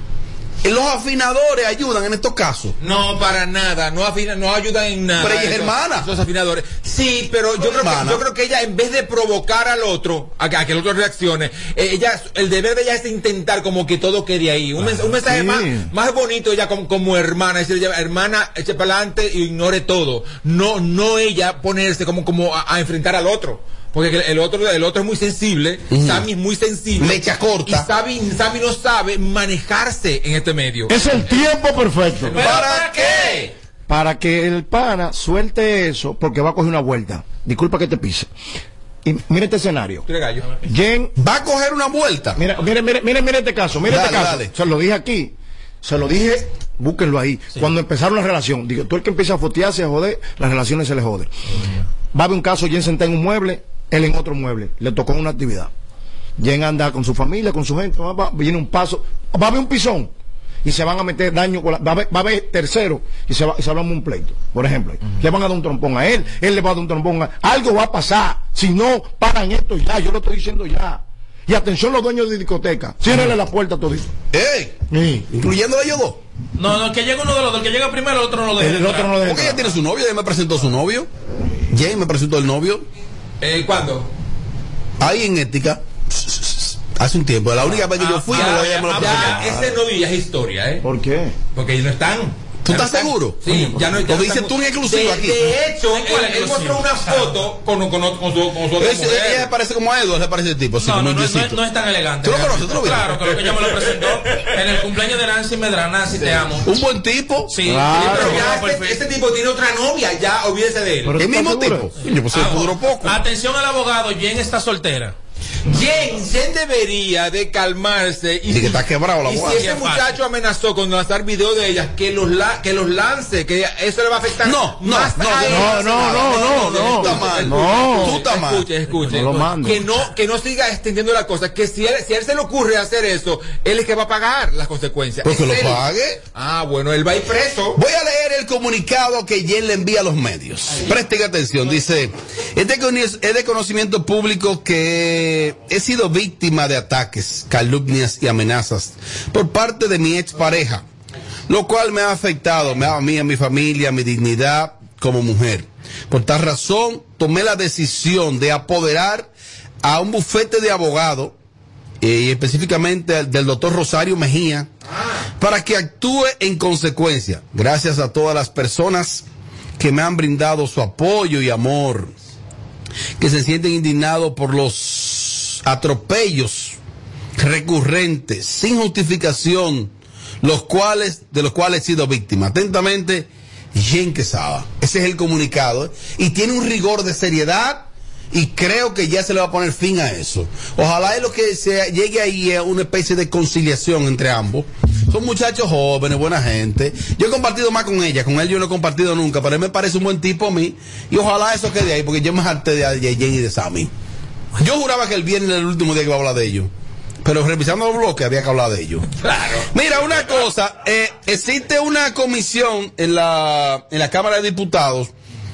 Los afinadores ayudan en estos casos. No, para nada, no afina, no ayudan en nada. Pero ella es hermana. Los afinadores. Sí, pero yo creo, que, yo creo que ella, en vez de provocar al otro, a que, a que el otro reaccione, eh, ella, el deber de ella es intentar como que todo quede ahí. Un, ah, mens un mensaje sí. más, más bonito ella como, como hermana, es decir, ella, hermana, eche para adelante y ignore todo. No, no ella ponerse como, como a, a enfrentar al otro. Porque el otro, el otro es muy sensible, uh-huh. Sammy es muy sensible. Mecha corta. Y Sammy, Sammy no sabe manejarse en este medio. Es el tiempo perfecto. ¿Pero para qué? Para que el pana suelte eso, porque va a coger una vuelta. Disculpa que te pise. Y mira este escenario. Jen va a coger una vuelta. Mira, mire, mire, mire, mire este caso. Mira dale, este caso. Dale. Se lo dije aquí. Se lo dije, búsquenlo ahí. Sí. Cuando empezaron la relación, digo, tú el que empieza a fotearse, a joder, las relaciones se le joden. Uh-huh. Va a haber un caso, Jen sentada en un mueble, él en otro mueble, le tocó una actividad. Jen anda con su familia, con su gente, va, va, viene un paso, va a haber un pisón y se van a meter daño con la, va, a haber, va a haber tercero y se va y se habla un pleito, por ejemplo. Uh-huh. Le van a dar un trompón a él, él le va a dar un trompón a algo va a pasar, si no paran esto ya, yo lo estoy diciendo ya. Y atención los dueños de discoteca, ciérrenle la puerta a todito. ¡Ey! Sí. ¿Incluyendo a ellos dos? No, no, que llega uno de los dos, el que llega primero, el otro no lo deja. El otro no lo deja. Porque ella tiene su novio, ella me presentó su novio. Jane me presentó el novio. Eh, ¿Cuándo? Ahí en Ética. Hace un tiempo. La única vez que ah, yo fui, ya, me lo, ya, me lo ya, ese novio ya es historia, ¿eh? ¿Por qué? Porque ellos no están. ¿Tú estás están, seguro? Sí, ya no, ya lo no dices están, tú en exclusivo de, aquí. De hecho, él, él mostró una foto con, con, con, con su, con su otra Ese, mujer. Ella parece como a Edward, le parece el tipo. Así, no, como no, no, no, no es tan elegante. ¿Tú lo conoces? ¿Tú lo viste? Claro, creo que ella me lo presentó en el cumpleaños de Nancy Medrano. Nancy, sí. Te amo. ¿Un buen tipo? Sí, claro. Sí, pero ya este, este tipo tiene otra novia, ya olvídese de él. ¿El mismo tipo? Yo pues ah, duró poco. Atención al abogado, Jen está soltera. Jen, Jen debería de calmarse y, y si, que está quebrado la y si ese muchacho amenazó con lanzar videos de ellas, que los la, que los lance, que eso le va a afectar no, no, más no, a no, él. no, no, no, no, tú estás mal, no, tú estás mal. Escuche, escuche, no lo que no, que no siga extendiendo la cosa, que si él, si a él se le ocurre hacer eso, él es que va a pagar las consecuencias. Pues que lo él. pague. Ah, bueno, él va a ir preso. Voy a leer el comunicado que Jen le envía a los medios. Presten atención, dice, es de conocimiento público que he sido víctima de ataques, calumnias y amenazas por parte de mi expareja, lo cual me ha afectado me ha, a mí, a mi familia, a mi dignidad como mujer. Por tal razón, tomé la decisión de apoderar a un bufete de abogados, eh, y específicamente del doctor Rosario Mejía, para que actúe en consecuencia. Gracias a todas las personas que me han brindado su apoyo y amor, que se sienten indignados por los atropellos recurrentes sin justificación, los cuales de los cuales he sido víctima. Atentamente, Jen Quesada. Ese es el comunicado, ¿eh? Y tiene un rigor de seriedad y creo que ya se le va a poner fin a eso. Ojalá es lo que se llegue ahí a una especie de conciliación entre ambos. Son muchachos jóvenes, buena gente. Yo he compartido más con ella, con él yo no he compartido nunca, pero él me parece un buen tipo a mí. Y ojalá eso quede ahí, porque yo me harté de Jen y de Sammy. Yo juraba que el viernes era el último día que iba a hablar de ellos, pero revisando los bloques había que hablar de ellos. Claro. Mira, una cosa, eh, existe una comisión en la, en la Cámara de Diputados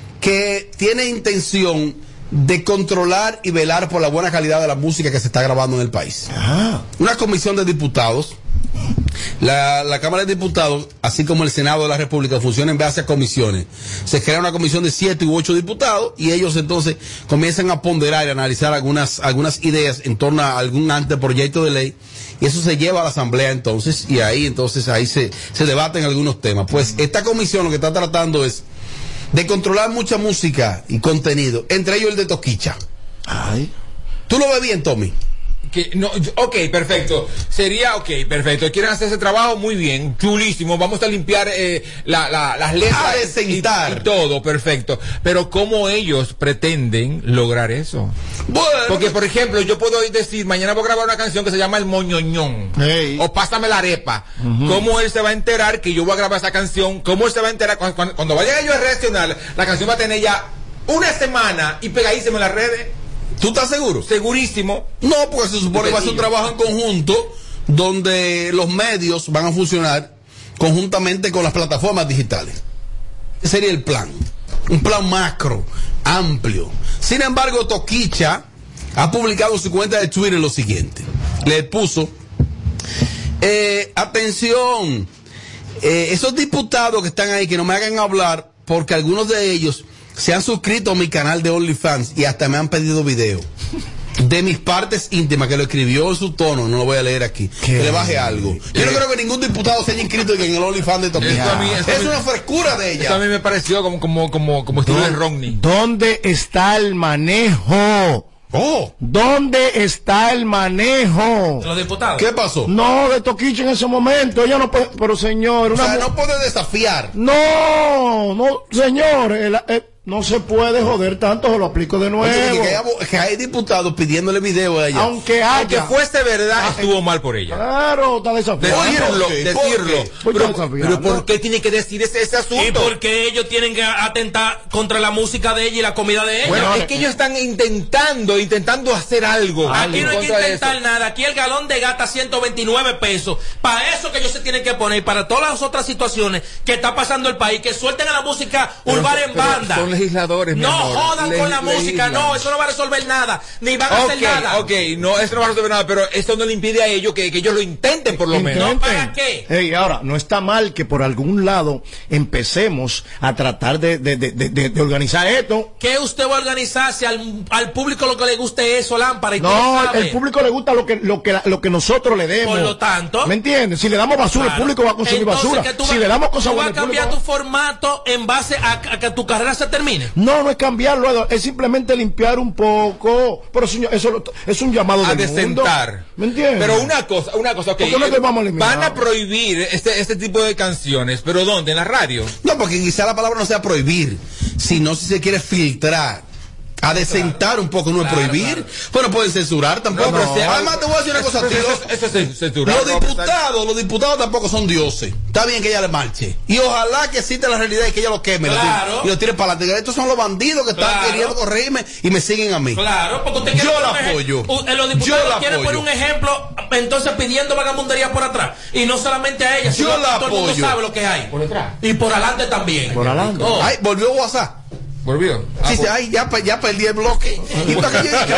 que tiene intención de controlar y velar por la buena calidad de la música que se está grabando en el país. Ah. Una comisión de diputados. La, la Cámara de Diputados, así como el Senado de la República, funciona en base a comisiones. Se crea una comisión de siete u ocho diputados y ellos entonces comienzan a ponderar y analizar algunas, algunas ideas en torno a algún anteproyecto de ley, y eso se lleva a la Asamblea entonces, y ahí entonces ahí se, se debaten algunos temas. Pues esta comisión lo que está tratando es de controlar mucha música y contenido, entre ellos el de Toquicha. Ay. ¿Tú lo ves bien, Tommy? Que no, ok, perfecto. Sería, ok, perfecto. Quieren hacer ese trabajo muy bien, chulísimo. Vamos a limpiar eh, la, la, las letras y, y todo, perfecto. Pero ¿cómo ellos pretenden lograr eso? Bueno. Porque, por ejemplo, yo puedo decir, mañana voy a grabar una canción que se llama El Moñoñón. Hey. O Pásame la arepa. Uh-huh. ¿Cómo él se va a enterar que yo voy a grabar esa canción? ¿Cómo él se va a enterar? Cuando, cuando, cuando vayan ellos a reaccionar, la canción va a tener ya una semana y pegadísima en las redes. ¿Tú estás seguro? Segurísimo. No, porque se supone que va a ser un trabajo en conjunto donde los medios van a funcionar conjuntamente con las plataformas digitales. Ese sería el plan. Un plan macro, amplio. Sin embargo, Toquicha ha publicado en su cuenta de Twitter lo siguiente. Le puso, eh, atención, eh, esos diputados que están ahí, que no me hagan hablar, porque algunos de ellos se han suscrito a mi canal de OnlyFans y hasta me han pedido video de mis partes íntimas, que lo escribió en su tono, no lo voy a leer aquí, que le baje algo. Yo no creo que ningún diputado se haya inscrito en el OnlyFans de Toquicha. Es una frescura de ella. Esto a mí me pareció como como como como estilo de Romney. ¿Dónde está el manejo? Oh. ¿Dónde está el manejo? ¿De los diputados? ¿Qué pasó? No, de Toquicha en ese momento. Ella no puede, pero señor, o una sea, no puede desafiar. No, no, señor, el, el, No se puede joder tanto, se lo aplico de nuevo. Oye, que, hay, que hay diputados pidiéndole video a ella. Aunque haya. Aunque fuese verdad, ah, estuvo mal por ella. Claro, está desafiando. Decirlo, decirlo. Pero, pero ¿por qué tiene que decir ese, ese asunto? Y porque ellos tienen que atentar contra la música de ella y la comida de ella. Bueno, es que ellos están intentando, intentando hacer algo. Aquí no hay que intentar nada. Aquí el galón de gata ciento veintinueve pesos. Para eso que ellos se tienen que poner, para todas las otras situaciones que está pasando el país, que suelten a la música pero, urbana en banda. Son legisladores, no amor. jodan Le, con la música, no, eso no va a resolver nada, ni van a okay, hacer nada. Ok, no, eso no va a resolver nada, pero esto no le impide a ellos que, que ellos lo intenten por lo Intenten. menos. ¿No para qué? Hey, ahora, no está mal que por algún lado empecemos a tratar de, de, de, de, de organizar esto. ¿Qué usted va a organizar si al, al público lo que le guste eso, lámpara? Y no, el público le gusta lo que, lo que, lo que nosotros le demos. Por lo tanto, ¿me entiendes? Si le damos basura, claro, el público va a consumir entonces, basura. Tú si va, le damos cosas buenas, ¿tú vas a cambiar público, tu formato en base a, a que tu carrera se termine? No, no es cambiarlo, es simplemente limpiar un poco. Pero eso, eso es un llamado a del desentar. Mundo. ¿Me entiendes? Pero una cosa, una cosa, okay, ¿por qué no te vamos a eliminar? Van a prohibir este, este tipo de canciones, ¿pero dónde? ¿En la radio? No, porque quizá la palabra no sea prohibir, sino si se quiere filtrar. A desentar un poco, no es prohibir. Claro, claro. Bueno, pueden censurar tampoco. No, no. Además, te voy a decir una cosa. Eso, eso, eso, eso es censurar. Los diputados, los diputados tampoco son dioses. Está bien que ella le marche. Y ojalá que exista la realidad y que ella lo queme. Claro. Y lo tire para adelante. Estos son los bandidos que están claro. queriendo corregirme y me siguen a mí. Claro, porque usted quiere. Yo la apoyo. Los diputados quieren poner un ejemplo, entonces pidiendo vagabundería por atrás. Y no solamente a ella, sino a todo el mundo sabe lo que hay. Por detrás. Y por adelante también. Por adelante. Oh. Ay, volvió WhatsApp. ¿Volvió? Ah, sí, sí, ay, ya, ya perdí el bloque. Y ya perdí el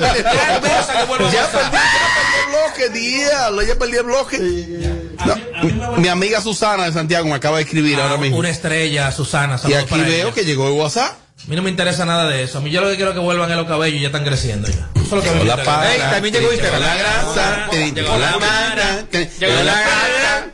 bloque, diablo, ya perdí el bloque. No, mi, mi amiga Susana de Santiago me acaba de escribir ah, ahora mismo. Una estrella, Susana. Y aquí veo ella. Que llegó el WhatsApp. A mí no me interesa nada de eso. A mí yo lo que quiero es que vuelvan a los cabellos y ya están creciendo ya. Eso es lo que la para, hey, también llegó Llegó la grasa, llegó la mara, llegó la grasa.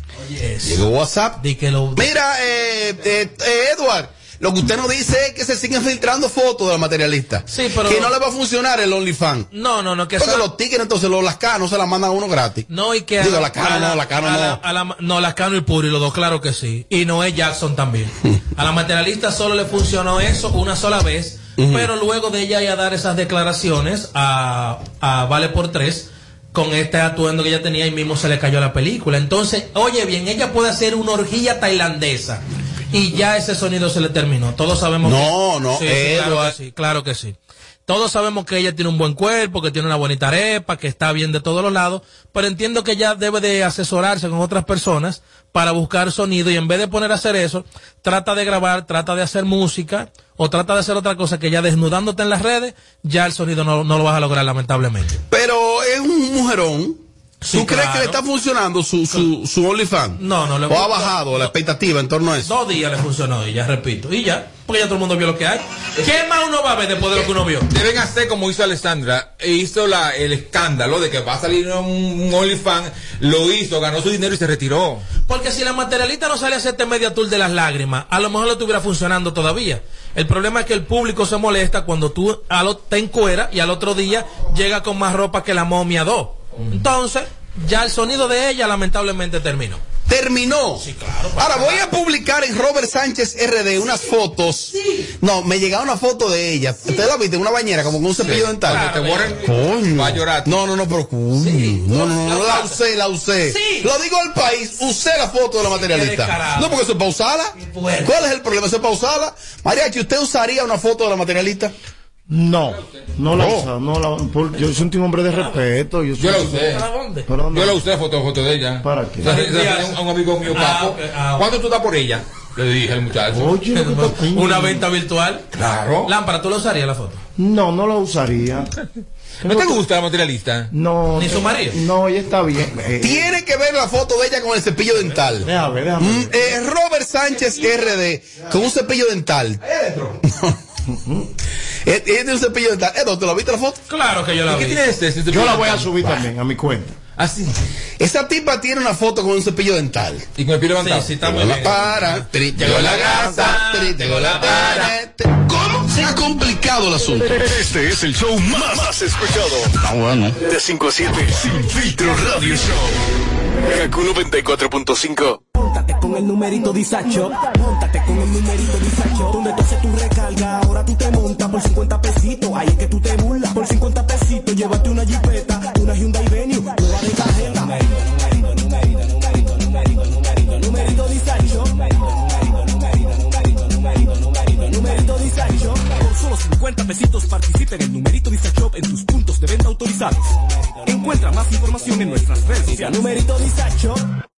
Llegó WhatsApp. Mira, eh, eh, eh, Edward. Lo que usted nos dice es que se siguen filtrando fotos de la materialista. Sí, pero... Que no le va a funcionar el OnlyFans. No, no, no. Que Porque son... los tickets, entonces, los las Cano se las mandan a uno gratis. No, y que... Digo, la, la Cano no, la Cano no. La, a la, no, las Cano y Puri, los dos, claro que sí. Y Noé Jackson también. A la materialista solo le funcionó eso una sola vez, uh-huh. pero luego de ella ir a dar esas declaraciones a, a Vale por Tres, con este atuendo que ella tenía, y mismo se le cayó la película. Entonces, oye bien, ella puede hacer una orgía tailandesa. Y ya ese sonido se le terminó. Todos sabemos no, que... No, sí, sí, claro que sí, claro que sí. Todos sabemos que ella tiene un buen cuerpo, que tiene una bonita arepa, que está bien de todos los lados, pero entiendo que ella debe de asesorarse con otras personas para buscar sonido, y en vez de poner a hacer eso, trata de grabar, trata de hacer música, o trata de hacer otra cosa que ya desnudándote en las redes, ya el sonido no, no lo vas a lograr, lamentablemente. Pero es un mujerón. Sí, ¿tú claro. crees que le está funcionando su, su, su OnlyFans? No, no le ¿O ha bajado no. la expectativa en torno a eso? Dos días le funcionó y ya repito. Y ya, porque ya todo el mundo vio lo que hay. ¿Qué más uno va a ver después de lo que uno vio? Deben hacer como hizo Alessandra. E hizo la, el escándalo de que va a salir un, un OnlyFans. Lo hizo, ganó su dinero y se retiró. Porque si la materialista no sale a hacer este media tour de las lágrimas, a lo mejor lo estuviera funcionando todavía. El problema es que el público se molesta cuando tú te encueras y al otro día llega con más ropa que la momia dos. Entonces... ya el sonido de ella lamentablemente terminó. ¿Terminó? Sí, claro. Ahora voy a publicar en Robert Sánchez R D unas fotos. Sí. No, me llegaron una foto de ella. ¿Usted la viste? Una bañera, como con un cepillo sí, dental. Claro, te borren, coño. Va a llorar. No, no, no, pero coño. Sí. No, no, no, no, la usé, la usé. Sí. Lo digo al país, usé la foto de la materialista. No, porque eso es para usarla. Bueno. ¿Cuál es el problema? Eso es para usarla. Mariachi, ¿usted usaría una foto de la materialista? No, no la oh. usa, no la, por, yo soy un hombre de respeto. Yo, yo la usé. ¿Para dónde? Yo la usé, foto, foto de ella. ¿Para qué? O sea, a un amigo mío, ah, Paco. okay. ah, ¿Cuánto tú das por ella? Le dije al muchacho. Oye, una venta virtual. Claro. Lámpara, ¿tú la usarías la foto? No, no la usaría. ¿No te gusta la materialista? No. ¿Ni su marido? No, ella está bien. Eh, Tiene que ver la foto de ella con el cepillo dental. Déjame, déjame. Mm, eh, Robert Sánchez R D con un cepillo dental. Ahí adentro. Ella tiene un cepillo dental. ¿Te lo viste la foto? Claro que yo la vi. ¿Qué tiene este? este yo la voy a subir bah. también a mi cuenta. Así. Esa tipa tiene una foto con un cepillo dental. Y con el pie levantado. Sí, sí, está muy bien. Para, llegó la grasa, llegó la para. ¿Cómo se ha complicado el asunto? Este es el show más, más escuchado. Ah, bueno. De cinco a siete, Sin Filtro Radio Show. Kaku noventa y cuatro punto cinco. Móntate con el numerito Disacho. Móntate con el numerito Disacho. Disacho, donde tú haces tu recarga, ahora tú te montas por cincuenta pesitos. Ahí es que tú te burlas. Por cincuenta pesitos, llévate una jipeta, una Hyundai Venue, nueva de cajeta. Numerito, numerito, numerito, numerito, numerito, numerito, numerito Disacho. Numerito, numerito, numerito, numerito, numerito, numerito, numerito Disacho. Por solo cincuenta pesitos participa en el Numerito Disacho en tus puntos de venta autorizados. Encuentra más información en nuestras redes sociales. Numerito Disacho.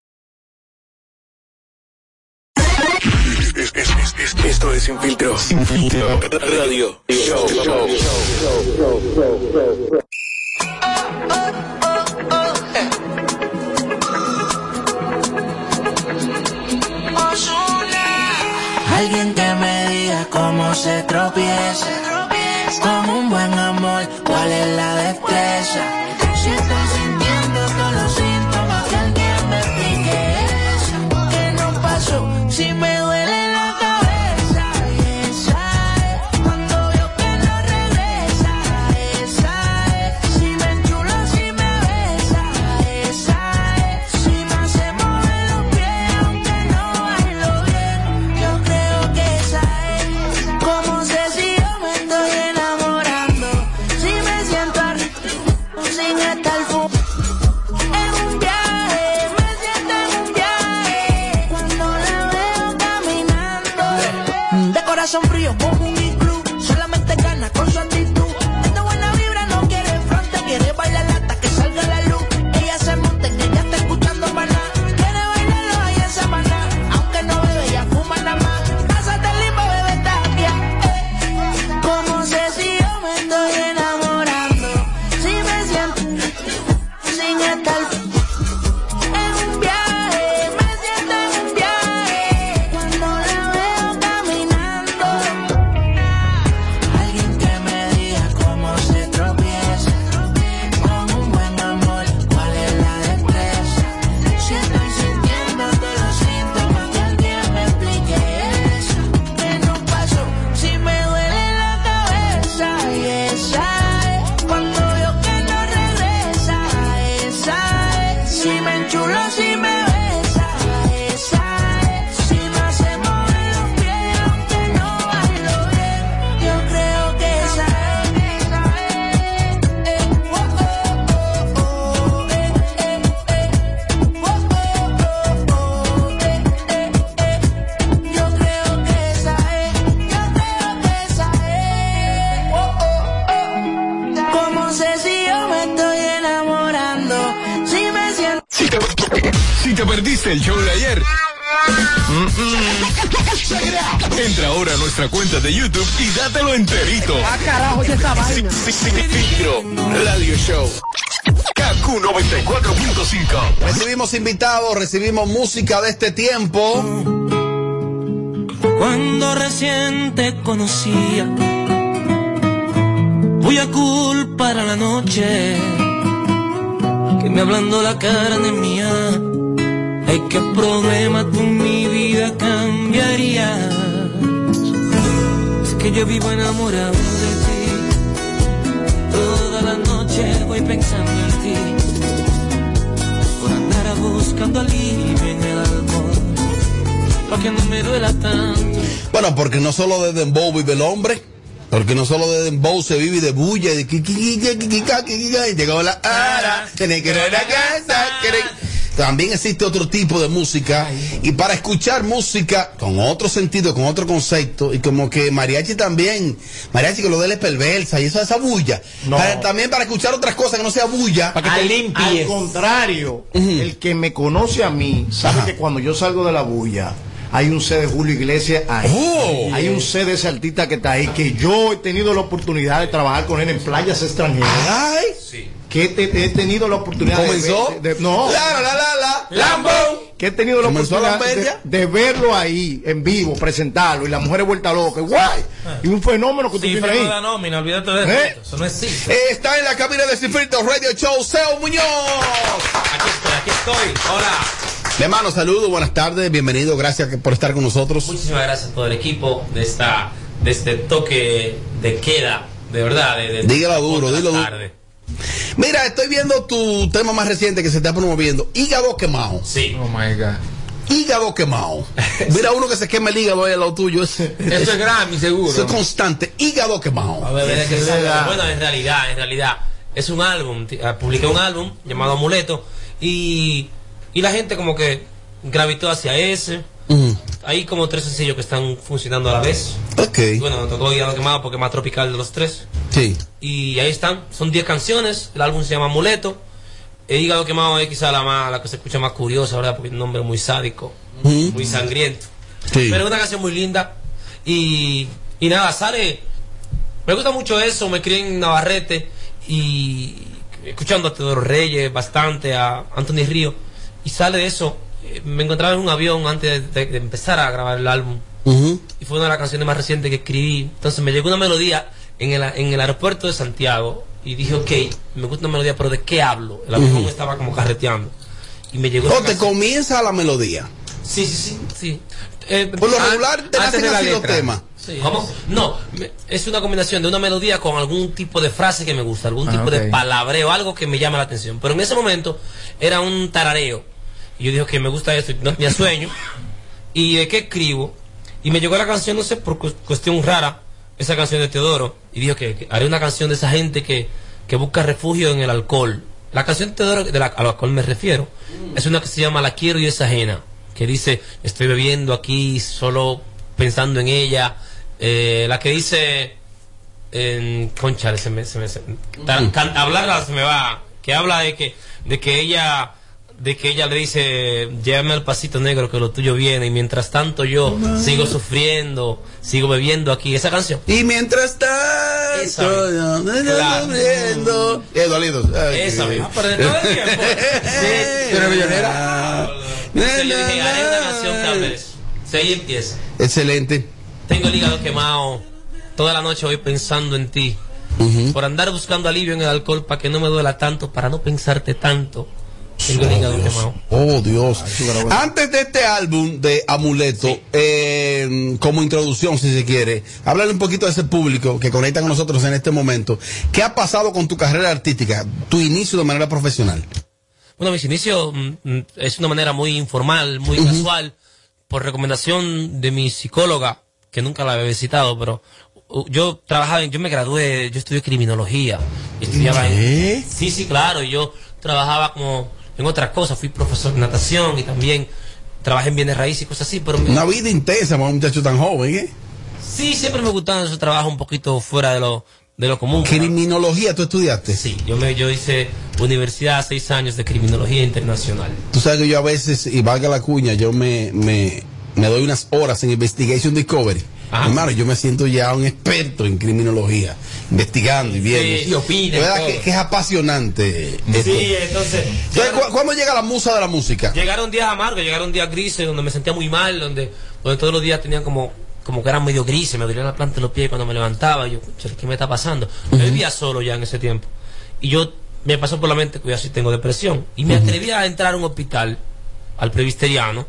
Es, es, es, es, esto es Sin Filtro. Sin Filtro. Radio Show. Show, show, show, show, show. Alguien que me diga cómo se tropieza con un buen amor, cuál es la destreza. Si estoy sintiendo todos los síntomas, que alguien me explique eso. ¿Qué no pasó? Si me duele la cabeza, esa es. Cuando veo que no regresa, esa es. Si me enchulo, si me besa, esa es. Si me hace mover los pies, aunque no bailo bien, yo creo que esa es. ¿Cómo sé si yo me estoy enamorando? Si me siento arriba, sin estar fu- en un viaje, me siento en un viaje. Cuando la veo caminando, de corazón frío como un iglú, solamente gana con su actitud. Esta buena vibra no quiere fronte, quiere bailar hasta que salga la luz. Ella se monta en ella, está escuchando maná, quiere bailarlo ahí en Samaná. Aunque no bebe, ella fuma nada más. Pásate limpo, bebé, está bien. Eh. ¿Cómo sé si yo me estoy enamorando? Si me siento sin estar en un viaje, me siento en un viaje. Cuando la veo caminando, alguien que me diga cómo se tropieza con un buen amor, cuál es la destreza. Si estoy sintiendo todos los síntomas, que alguien me explique eso. ¿Qué no pasó? Si me duele la cabeza, y esa es. Cuando veo que no regresa, esa es. Si me enchulo, si me besa, esa es. Si me hace mover los pies, aunque no bailo bien, yo creo que esa es. Eh, oh, oh, oh, oh, eh, eh, eh. Oh, oh, oh, oh, eh, eh, eh. Yo creo que esa es. Yo creo que esa es. Oh, oh, oh. ¿Cómo sé si yo me estoy enamorando? Si me siento. Si te, si te perdiste el show de ayer, mm-mm. Entra ahora a nuestra cuenta de YouTube y dátelo enterito. Ah, carajo, ya está vaina. Sin, sin, sin Filtro Radio Show. K Q noventa y cuatro punto cinco. Recibimos invitados, recibimos música de este tiempo. Cuando recién te conocía, voy a culpar a la noche que me ablandó la carne mía. Ay, qué problema tú en mi vida cambiarías. Es que yo vivo enamorado de ti, toda la noche voy pensando en ti, por andar buscando alivio en el alcohol, para que no me duela tanto. Bueno, porque no solo de dembow vive el hombre, porque no solo de dembow se vive de bulla y de y llegó la hora, tiene que ir a la casa. También existe otro tipo de música, y para escuchar música con otro sentido, con otro concepto, y como que mariachi también, mariachi que lo de él es perversa y eso es esa bulla. No. Para, también para escuchar otras cosas que no sea bulla, para que te limpies. Al contrario, uh-huh. El que me conoce a mí sabe, ajá, que cuando yo salgo de la bulla hay un C de Julio Iglesias ahí. Oh. Hay un C de ese artista que está ahí, que yo he tenido la oportunidad de trabajar con él en playas extranjeras. Ay, sí. Que te, te he tenido la oportunidad ¿Comenzó? de, de, de no la la la la Lambo, que he tenido la oportunidad de, de verlo ahí en vivo, presentarlo, y la mujer es vuelta loca, guay, y un fenómeno que tú sí, tienes ahí. La nómina, olvídate de ¿Eh? eso, eso no existe. Eh, está en la cabina de Sin Filtro Radio Show, Seo Muñoz. Aquí estoy, aquí estoy, hola. Mi hermano, saludos, buenas tardes, bienvenido, gracias por estar con nosotros. Muchísimas gracias a todo el equipo de esta de este toque de queda, de verdad. De, de dígalo duro, dilo duro. Mira, estoy viendo tu tema más reciente que se está promoviendo, Hígado Quemado. Sí. Oh my God. Hígado quemado. Mira uno que se quema el hígado ahí al lado tuyo. Es, Eso es Grammy, seguro. Eso es constante. Hígado quemado. A ver, es que es bueno, en realidad, en realidad, es un álbum. Publiqué un álbum llamado Amuleto y, y la gente como que gravitó hacia ese. Mm. Hay como tres sencillos que están funcionando a la vez. Ok. Bueno, tocó Hígado Quemado porque es más tropical de los tres. Sí. Y ahí están, son diez canciones. El álbum se llama Amuleto. El Hígado Quemado es quizá la más, la que se escucha más curiosa, ¿verdad? Porque es un nombre muy sádico, mm. muy sangriento. Sí. Pero es una canción muy linda. Y, y nada, sale. Me gusta mucho eso. Me crié en Navarrete y escuchando a Teodoro Reyes bastante, a Anthony Río. Y sale de eso. Me encontraba en un avión antes de, de empezar a grabar el álbum. Uh-huh. Y fue una de las canciones más recientes que escribí. Entonces me llegó una melodía en el, en el aeropuerto de Santiago. Y dije, ok, me gusta una melodía, pero ¿de qué hablo? El avión uh-huh. estaba como carreteando. Y me llegó. ¿O te comienza la melodía? Sí, sí, sí. sí. Eh, Por lo regular te hacen así los temas. Sí. ¿Cómo? No, es una combinación de una melodía con algún tipo de frase que me gusta, algún ah, tipo okay. de palabreo, algo que me llama la atención. Pero en ese momento era un tarareo. Y yo dije que me gusta esto, no tenía sueño. ¿Y de qué escribo? Y me llegó la canción, no sé, por cu cuestión rara, esa canción de Teodoro. Y dijo que, que haré una canción de esa gente que, que busca refugio en el alcohol. La canción de Teodoro, de la, a la cual me refiero, es una que se llama La quiero y es ajena. Que dice, estoy bebiendo aquí, solo pensando en ella. Eh, la que dice, eh, concha, se me, se me, se, tan, can, hablarla se me va. Que habla de que, de que ella... de que ella le dice, llévame al pasito negro que lo tuyo viene, y mientras tanto yo oh, sigo sufriendo, sigo bebiendo aquí, esa canción. Y mientras tanto esa yo claro. sufriendo. Eh, dolido. Esa misma, pero de todo el tiempo. Sí, pero millonera. Entonces yo dije, haré una canción que hable de eso. Si ahí empieza. Excelente. Tengo el hígado quemado, toda la noche voy pensando en ti, uh-huh. por andar buscando alivio en el alcohol, para que no me duela tanto, para no pensarte tanto. Oh Dios. oh Dios Antes de este álbum de Amuleto, sí. eh, como introducción si se quiere, háblale un poquito a ese público que conecta con nosotros en este momento. ¿Qué ha pasado con tu carrera artística, tu inicio de manera profesional? Bueno, mis inicios mm, es una manera muy informal, muy uh-huh. casual, por recomendación de mi psicóloga, que nunca la había visitado, pero yo trabajaba, en, yo me gradué, yo estudié criminología, estudiaba ¿Qué? en, sí, sí, claro, y yo trabajaba como en otras cosas, fui profesor de natación y también trabajé en bienes raíces y cosas así, pero una me... vida intensa para un muchacho tan joven, ¿eh? Sí, siempre me gustaban esos trabajos un poquito fuera de lo de lo común. ¿Criminología tú estudiaste? Sí, yo me yo hice universidad, seis años de criminología internacional. Tú sabes que yo a veces, y valga la cuña, yo me me, me doy unas horas en Investigation Discovery. Ajá. Hermano, yo me siento ya un experto en criminología, investigando y viendo. Sí, y opina. ¿Verdad que, que es apasionante esto? Sí, entonces. entonces ¿cu ¿Cuándo llega la musa de la música? Llegaron días amargos, llegaron días grises, donde me sentía muy mal, donde, donde todos los días tenían como, como que eran medio grises, me dolía la planta de los pies cuando me levantaba. Y yo, ¿qué me está pasando? Uh-huh. Yo vivía solo ya en ese tiempo. Y yo, me pasó por la mente que yo sí tengo depresión. Y me uh-huh. atreví a entrar a un hospital, al Presbiteriano,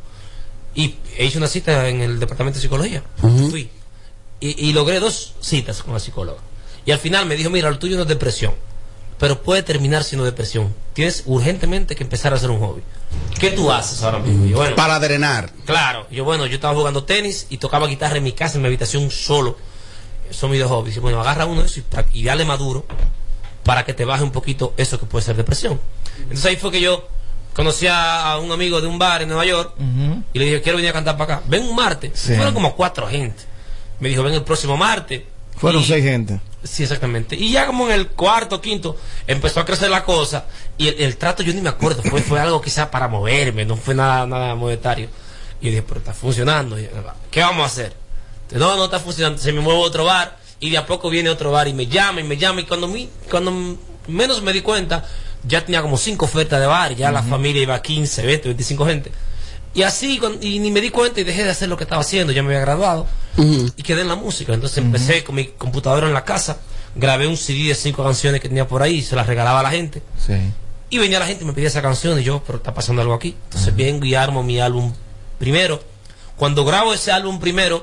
y hice una cita en el departamento de psicología. Uh-huh. Fui. Y, y logré dos citas con la psicóloga. Y al final me dijo, mira, lo tuyo no es depresión, pero puede terminar siendo depresión. Tienes urgentemente que empezar a hacer un hobby. ¿Qué tú haces ahora mismo? Y yo, bueno, para drenar. Claro. Yo, bueno, yo estaba jugando tenis y tocaba guitarra en mi casa, en mi habitación solo. Son mis dos hobbies. Y bueno, agarra uno de esos y, y dale maduro para que te baje un poquito eso que puede ser depresión. Entonces ahí fue que yo conocí a un amigo de un bar en Nueva York uh-huh. y le dije, quiero venir a cantar para acá. Ven un martes. Sí. Fueron como cuatro gente. Me dijo, ven el próximo martes. Fueron y, seis gente. Sí, exactamente. Y ya como en el cuarto, quinto, empezó a crecer la cosa. Y el, el trato yo ni me acuerdo. Fue, fue algo quizá para moverme. No fue nada, nada monetario. Y yo dije, pero está funcionando. Y yo, ¿qué vamos a hacer? No, no está funcionando. Se me mueve a otro bar. Y de a poco viene otro bar. Y me llama y me llama. Y cuando, mi, cuando menos me di cuenta, ya tenía como cinco ofertas de bar. Ya uh-huh. la familia iba a quince, veinte, veinticinco gente. Y así, y ni me di cuenta y dejé de hacer lo que estaba haciendo. Ya me había graduado uh-huh. y quedé en la música. Entonces uh-huh. empecé con mi computadora en la casa, grabé un C D de cinco canciones que tenía por ahí, se las regalaba a la gente. Sí. Y venía la gente y me pedía esa canción y yo, pero está pasando algo aquí. Entonces uh-huh. vengo y armo mi álbum primero. Cuando grabo ese álbum primero,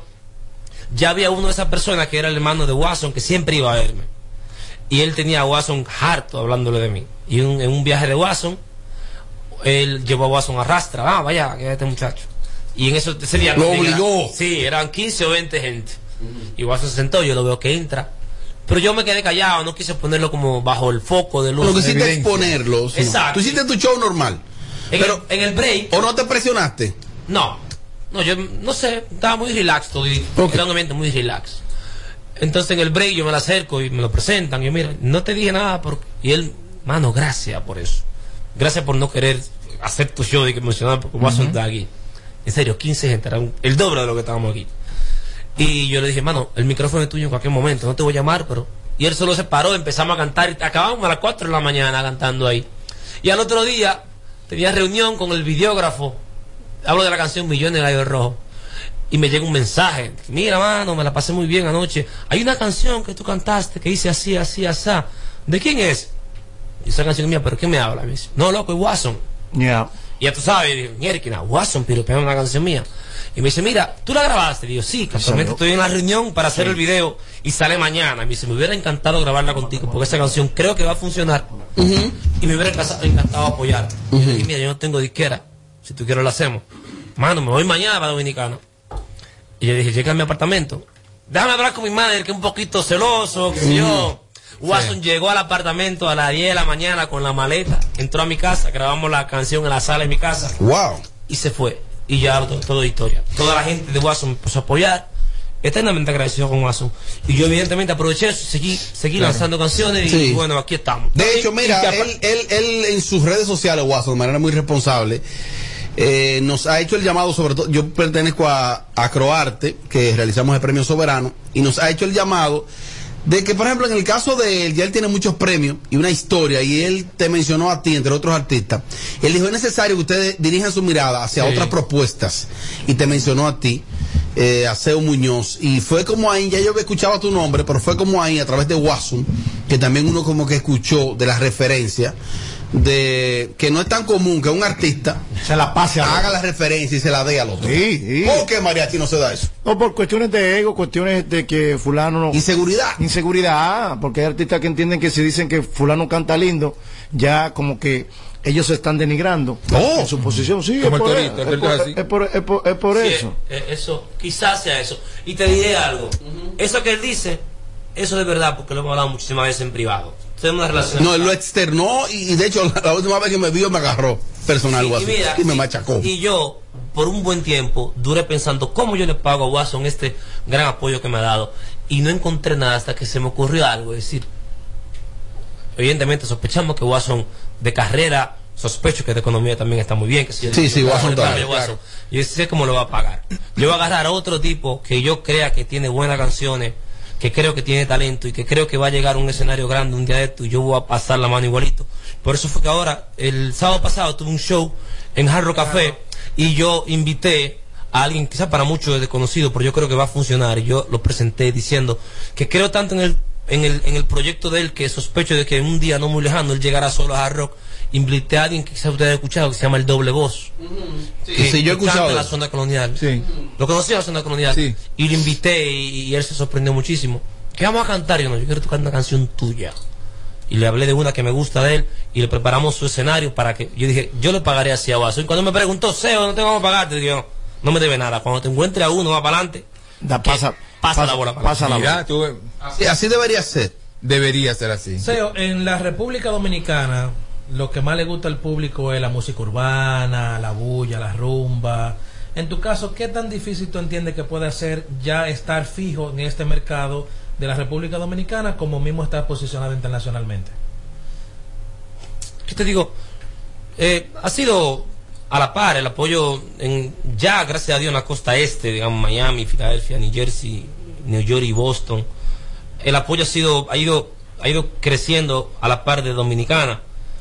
ya había uno de esas personas que era el hermano de Watson, que siempre iba a verme. Y él tenía a Watson harto hablándole de mí. Y un, en un viaje de Watson, él llevó a Watson a Rastra. Ah, vaya, que este muchacho. Y en eso ese día lo no obligó. Era, sí, eran quince o veinte gente. Uh-huh. Y Watson se sentó, yo lo veo que entra. Pero yo me quedé callado, no quise ponerlo como bajo el foco de luz. Lo que hiciste exponerlo. Sí. Exacto. Tú hiciste tu show normal. En, pero, el, en el break. ¿O no te presionaste? No. No, yo no sé, estaba muy relax todo. Y okay. Era un ambiente muy relax. Entonces en el break yo me lo acerco y me lo presentan. Y yo, mira, no te dije nada. Por... Y él, mano, gracias por eso. Gracias por no querer hacer tu show y que emocionar porque voy a soltar aquí. En serio, quince gente, era un, el doble de lo que estábamos aquí. Y yo le dije, mano, el micrófono es tuyo en cualquier momento, no te voy a llamar, pero... Y él solo se paró, empezamos a cantar, y acabamos a las cuatro de la mañana cantando ahí. Y al otro día, tenía reunión con el videógrafo, hablo de la canción Millones de Gallos Rojos, y me llega un mensaje, mira, mano, me la pasé muy bien anoche, hay una canción que tú cantaste, que dice así, así, así, ¿de quién es? Y esa canción es mía, ¿pero qué me habla? Me dice, no, loco, es Watson. Ya. Yeah. Y ya tú sabes, y digo, mierda, Watson, pero pega una canción mía. Y me dice, mira, ¿tú la grabaste? Y digo, sí, casualmente estoy en la reunión para hacer sí. el video y sale mañana. Y me dice, me hubiera encantado grabarla contigo porque esa canción creo que va a funcionar. Uh-huh. Y me hubiera encantado apoyar. Uh-huh. Y yo dije, mira, yo no tengo disquera. Si tú quieres lo hacemos. Mano, me voy mañana para Dominicana. Y yo dije, llega a mi apartamento. Déjame hablar con mi madre, que es un poquito celoso, que uh-huh. yo... Watson sí. llegó al apartamento a las diez de la mañana con la maleta, entró a mi casa, grabamos la canción en la sala de mi casa. Wow. Y se fue. Y ya todo, todo historia. Toda la gente de Watson me empezó a apoyar. Eternamente agradecido con Watson. Y yo evidentemente aproveché eso, seguí, seguí claro. lanzando canciones y sí. bueno, aquí estamos. De hecho, mira, él, él, él en sus redes sociales, Watson, de manera muy responsable, eh, nos ha hecho el llamado, sobre todo, yo pertenezco a, a Croarte, que realizamos el premio Soberano, y nos ha hecho el llamado de que, por ejemplo, en el caso de él, ya él tiene muchos premios y una historia, y él te mencionó a ti, entre otros artistas. Él dijo, es necesario que ustedes dirijan su mirada hacia sí. otras propuestas, y te mencionó a ti, eh, a Seo Muñoz, y fue como ahí, ya yo había escuchado tu nombre, pero fue como ahí, a través de Watson, que también uno como que escuchó de la referencia, de que no es tan común que un artista se la pase a haga la referencia y se la dé al otro. Sí, sí. ¿Por qué mariachi no se da eso? No, por cuestiones de ego, cuestiones de que fulano no... Inseguridad. Inseguridad, porque hay artistas que entienden que si dicen que fulano canta lindo, ya como que ellos se están denigrando oh. en su posición. Sí, como es, el por, torito, es, por, es, por, es por, es por sí, eso. Es, es eso, quizás sea eso. Y te diré algo, uh-huh. eso que él dice, eso es verdad, porque lo hemos hablado muchísimas veces en privado. Una relación no, él lo externó y, y de hecho la, la última vez que me vio me agarró personal sí, Watson y, mira, y me machacó. Y yo, por un buen tiempo, duré pensando cómo yo le pago a Watson este gran apoyo que me ha dado y no encontré nada hasta que se me ocurrió algo. Es decir, evidentemente sospechamos que Watson de carrera, sospecho que de economía también está muy bien. Que si yo sí, digo, sí, Watson claro, también. Watson, yo sé cómo lo va a pagar. Yo voy a agarrar a otro tipo que yo crea que tiene buenas canciones, que creo que tiene talento y que creo que va a llegar a un escenario grande un día de esto y yo voy a pasar la mano igualito. Por eso fue que ahora, el sábado pasado tuve un show en Hard Rock Café y yo invité a alguien quizás para muchos desconocido, pero yo creo que va a funcionar. Y yo lo presenté diciendo que creo tanto en el, en el, en el proyecto de él que sospecho de que en un día no muy lejano él llegará solo a Hard Rock. Invité a alguien que quizás ustedes han escuchado que se llama El Doble Voz. Uh-huh. Sí, que, sí, yo he escuchado en la zona colonial. Sí. Lo conocí en la zona colonial. Sí. Y lo invité y, y él se sorprendió muchísimo. ¿Qué vamos a cantar? Yo no, yo quiero tocar una canción tuya. Y le hablé de una que me gusta de él y le preparamos su escenario para que, yo dije, yo le pagaré así a Watson. Y cuando me preguntó, Seo, no te vamos a pagar, te digo, no, no me debe nada. Cuando te encuentre a uno, va para adelante. Da, pasa, pasa, pasa la bola. Para pasa la bola. Tú, así, así debería ser. Debería ser así. Seo, en la República Dominicana, lo que más le gusta al público es la música urbana, la bulla, la rumba. En tu caso, ¿qué tan difícil tú entiendes que puede ser ya estar fijo en este mercado de la República Dominicana como mismo estar posicionado internacionalmente? ¿Qué te digo? Eh, ha sido a la par el apoyo en, ya, gracias a Dios, en la costa este, digamos, Miami, Filadelfia, New Jersey, New York y Boston. El apoyo ha sido, ha ido, ha ido creciendo a la par de Dominicana.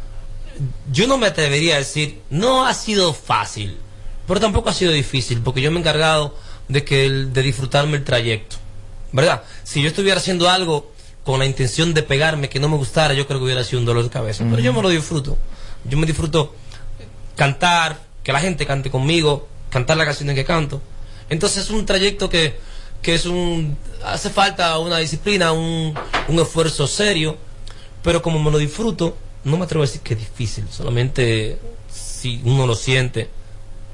Yo no me atrevería a decir, no ha sido fácil, pero tampoco ha sido difícil, porque yo me he encargado de que el, de disfrutarme el trayecto, ¿verdad? Si yo estuviera haciendo algo con la intención de pegarme que no me gustara, yo creo que hubiera sido un dolor de cabeza. Mm. Pero yo me lo disfruto. Yo me disfruto cantar, que la gente cante conmigo, cantar las canciones que canto. Entonces es un trayecto que, que es un, hace falta una disciplina, un, un esfuerzo serio, pero como me lo disfruto, no me atrevo a decir que es difícil, solamente si uno lo siente,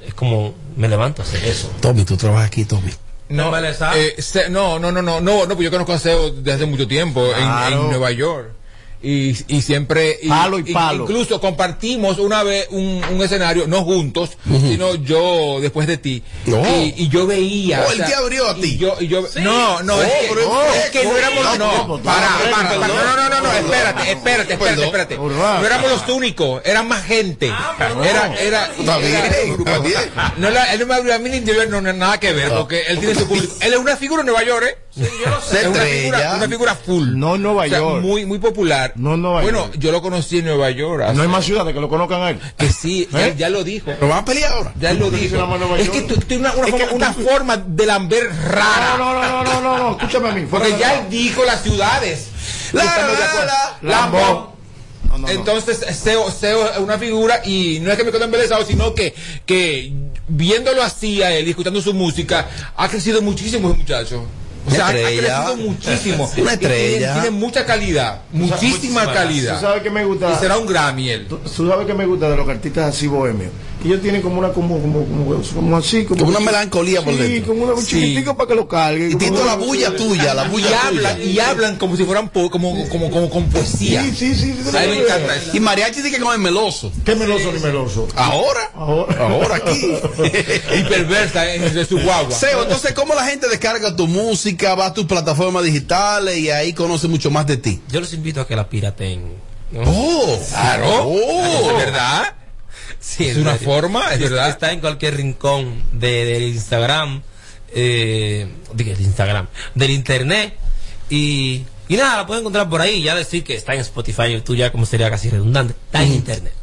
es como me levanto a hacer eso. Tommy, tú trabajas aquí, Tommy. No, eh, se, no, no, no, no, no, no, pues yo conozco a Seo desde hace mucho tiempo Claro. en, en Nueva York. Y, y siempre y, Palo y palo. incluso compartimos una vez un, un escenario, no juntos, uh-huh. sino yo después de ti. Oh. Y, y yo veía. Oh, él te abrió a ti. Y yo, y yo, ¿Sí? No, no, Oh, es que, pero oh, es es que no éramos. No, no, para, para, para, no, no, no, no, no, espérate, espérate, espérate, espérate. No éramos los únicos, eran más gente. Era, era, Está bien, está bien. No, él no me abrió a mí ni no, no, nada que ver, porque él tiene su público. Él es una figura en Nueva York, ¿eh? Sí, yo lo sé. Es una figura, una figura full. No en Nueva O sea, York. muy, muy popular. No en Nueva bueno, York. yo lo conocí en Nueva York. No hay más ciudades que lo conozcan a él. Que sí, ya, ¿Eh? ya lo dijo. ¿Pero van a pelear ahora? Ya lo ¿Tú dijo. dices Nueva Es York? que tú tienes una, una, Es que forma, una tú- forma de lamber rara. No, no, no, no, no, no, escúchame a mí. fuera Porque de ya la- él dijo las ciudades. La, Estamos de la, acuerdo. la, Lambo. No, no, no. Entonces, Seo, Seo es una figura y no es que me quedo embelesado, sino que, que viéndolo así a él y escuchando su música, ha crecido muchísimo ese muchacho. O sea, ha ha estrella. crecido muchísimo. Una Y tiene, estrella. tiene mucha calidad, muchísima ¿Tú calidad. sabes que me gusta? Y será un Grammy él. Tú tú sabes que me gusta de los artistas así bohemios. Que ellos tienen como una, como, como, como, como así, como, Como una melancolía por sí, dentro. como una un Sí. chiquitico para que lo cargue. Y tiene la bulla tuya, la Y bulla hablan, tuya. y hablan como si fueran po- como, como, como con poesía. Sí, sí, sí. sí, A mí me sí. encanta eso. Y mariachi dice que no es meloso. ¿Qué meloso ni meloso? Ahora. Ahora. Ahora aquí. Y perversa en de su guagua. Seo, entonces, ¿cómo la gente descarga tu música, va a tus plataformas digitales y ahí conoce mucho más de ti? Yo los invito a que la piraten. ¿no? Oh, Claro. Oh. ¿Es verdad? Sí, Es en una serio. forma, es Está- verdad. Está en cualquier rincón de, del Instagram, eh, diga, del Instagram, del internet y, y nada, la pueden encontrar por ahí. Ya decir que está en Spotify, YouTube ya como sería casi redundante, está en internet.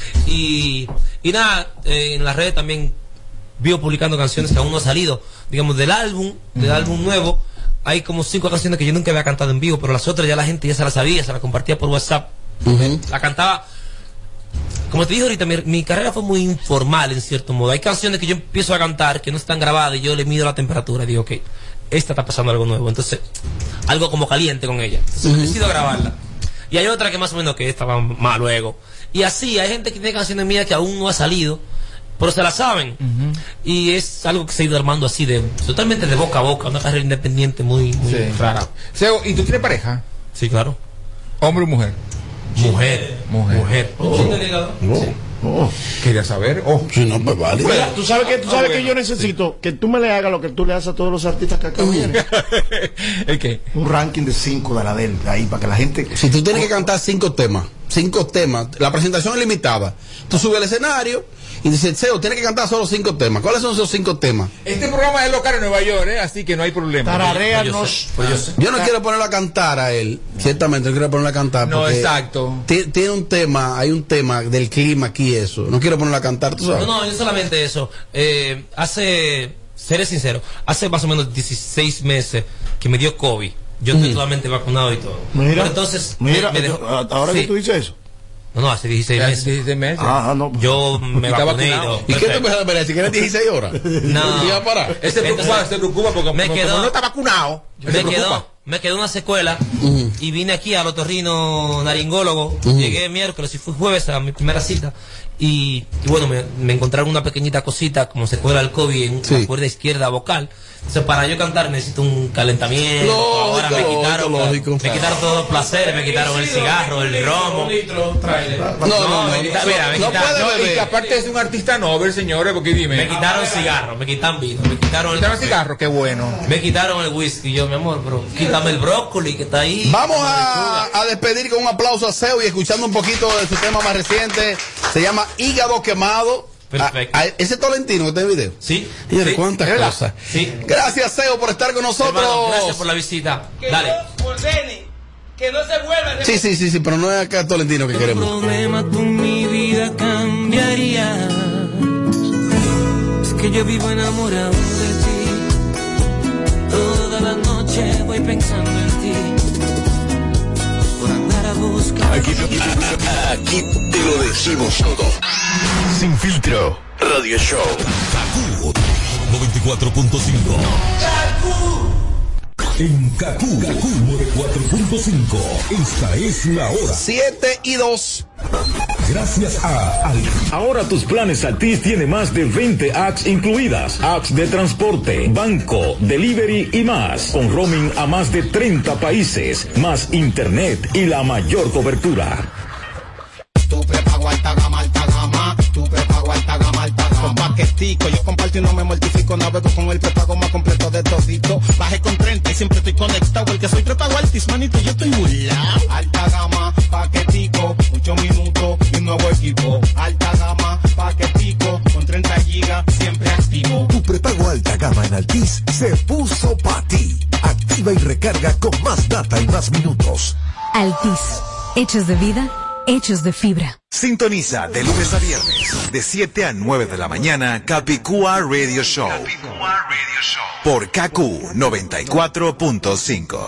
Y, y nada, eh, en las redes también vivo publicando canciones que aún no han salido, digamos del álbum, del álbum nuevo. Hay como cinco canciones que yo nunca había cantado en vivo, pero las otras ya la gente ya se las sabía, se las compartía por WhatsApp. La cantaba. Como te dije ahorita, mi, mi carrera fue muy informal en cierto modo. Hay canciones que yo empiezo a cantar que no están grabadas y yo le mido la temperatura y digo, ok, esta está pasando algo nuevo. Entonces, algo como caliente con ella. Entonces, decido grabarla. Y hay otra que más o menos que esta va más luego. Y así, hay gente que tiene canciones mías que aún no ha salido, pero se la saben. Y es algo que se ha ido armando así, de totalmente de boca a boca, una carrera independiente muy, muy Sí. rara. Seo, ¿y tú tienes pareja? Sí, claro. ¿Hombre o mujer? Mujer. Mujer. Mujer. Oh. Quería saber. Oh. Si no, pues vale. Mira, tú sabes que, tú Ah, sabes bueno, que yo necesito que tú me le hagas lo que tú le haces a todos los artistas que acá vienen. ¿El qué? Un ranking de cinco de la Delta ahí para que la gente. Si tú tienes que cantar cinco temas, cinco temas, la presentación es limitada. Tú subes al escenario y dices, Seo, tienes que cantar solo cinco temas. ¿Cuáles son esos cinco temas? Este programa es local en Nueva York, ¿eh? Así que no hay problema. Tararéanos. Yo no quiero ponerlo a cantar a él, ciertamente no quiero ponerlo a cantar. No, porque exacto. ti- Tiene un tema, hay un tema del clima aquí, eso. No quiero ponerlo a cantar, tú sabes. No, no, no solamente eso. Eh, hace, seré sincero, hace más o menos dieciséis meses que me dio COVID. Yo estoy totalmente vacunado y todo. Mira, Pero entonces, mira, me- me dejó- ahora sí. que tú dices eso. No, no, hace dieciséis meses. dieciséis meses. Ah, no. Yo me Está vacuné y vacunado. todo. ¿Y qué te Perfecto. vas a ver? Si quieres dieciséis horas. No. ¿Y va a parar? Él se preocupa, Entonces, se preocupa porque me como, quedó- como no está vacunado. él se Me preocupa. quedó, me quedó una secuela y vine aquí al otorrino naringólogo. Llegué miércoles y fui jueves a mi primera cita. Y, y bueno, me, me encontraron una pequeñita cosita como secuela del COVID en Sí. la cuerda izquierda vocal. Entonces, para yo cantar necesito un calentamiento. Lógico, Ahora me lógico, quitaron, lógico. me quitaron todos los placeres, me quitaron el cigarro, el romo. No, no, no. me quita- mira, me No quitaron- puede No, y beber. que aparte es un artista noble, señores, porque dime. Me quitaron cigarro, me quitan vino, me quitaron el ¿Quitaron café, cigarro? Qué bueno. me quitaron el whisky. Yo, mi amor, pero quítame el brócoli que está ahí. Vamos a, a despedir con un aplauso a Seo y escuchando un poquito de su tema más reciente. Se llama Hígado Quemado. Perfecto. A- a- ese es Tolentino que está en el video. Sí. Señores, sí. cuántas ¿Verdad? cosas. Sí. Gracias, Seo, por estar con nosotros. Hermano, gracias por la visita. Dale. Que no se vuelva. Sí, sí, sí, sí, pero no es acá Tolentino que queremos. Problema, tú mi vida cambiaría. Es que yo vivo enamorado de ti. Toda la noche voy pensando en ti. Por andar a buscar. Aquí, aquí te lo decimos todo. Sin filtro. Radio Show. noventa y cuatro punto cinco. En Kaku, Kaku noventa y cuatro punto cinco. Esta es la hora. siete y dos. gracias a Altis. Ahora tus planes Altis tiene más de veinte apps incluidas. Apps de transporte, banco, delivery y más. Con roaming a más de treinta países. Más internet y la mayor cobertura. Tu prepago alta gama, alta gama. Tu prepago alta gama, alta gama. Con paquetico, yo comparto y no me mortifico. Navego con el prepago más completo de todito. Bajé con treinta y siempre estoy conectado. El que soy prepago Altis, manito, yo estoy burlao. Alta gama, paquetico, ocho minutos y un nuevo equipo. Alta gama, paquetico, con treinta gigas, siempre activo. Tu prepago alta gama en Altis se puso pa' ti. Activa y recarga con más data y más minutos. Altis, hechos de vida, hechos de fibra. Sintoniza de lunes a viernes, de siete a nueve de la mañana, Capicúa Radio Show. Capicúa Radio Show. Por K Q noventa y cuatro punto cinco.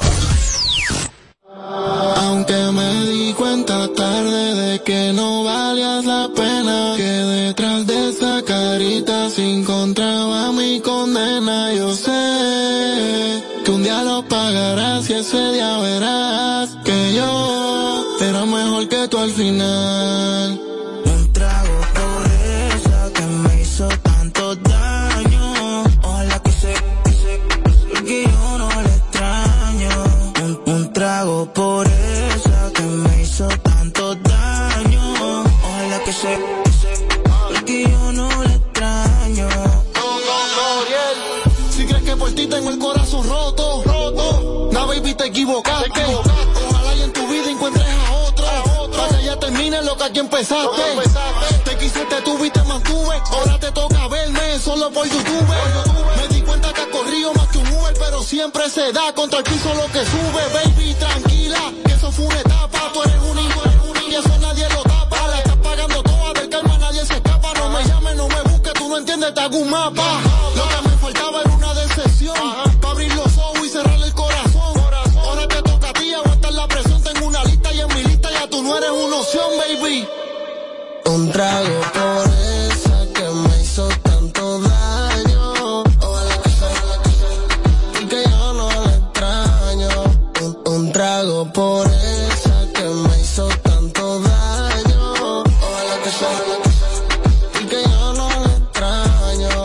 Aunque me di cuenta tarde de que no valías la pena, que detrás de esa carita se encontraba mi condena. Yo sé que un día lo pagarás y ese día verás que yo era mejor que tú al final. Un trago por esa que me hizo tanto daño. Ojalá que se, que se, porque yo no le extraño. Un, un trago por esa que me hizo tanto daño. Ojalá que se, que se, porque yo no le extraño. No, no, no, Ariel. Si crees que por ti tengo el corazón roto, roto. No, baby, te equivocaste. Te equivocaste. Ojalá y en tu vida encuentres a otro. Para que ya termine lo que aquí empezaste. Te quise, te tuve y te mantuve. Ahora te toca verme solo por YouTube. Me di cuenta que has corrido más que un Uber, pero siempre se da contra el piso lo que sube. Baby, tranquila, que eso fue una etapa. Tú eres un hijo, eres un hijo, y eso nadie lo tapa. La estás pagando toda, del karma nadie se escapa. No me llames, no me busques, tú no entiendes, te hago un mapa. Lo que me faltaba era una decepción, para abrir los ojos y cerrarle el corazón. Ahora te toca a ti aguantar la presión. Tengo una lista y en mi lista ya tú no eres una opción, baby. Un trago por esa que me hizo tanto daño. Ojalá que sea, y que yo no la extraño. Un, un trago por esa que me hizo tanto daño. Ojalá que sea, y que yo no la extraño.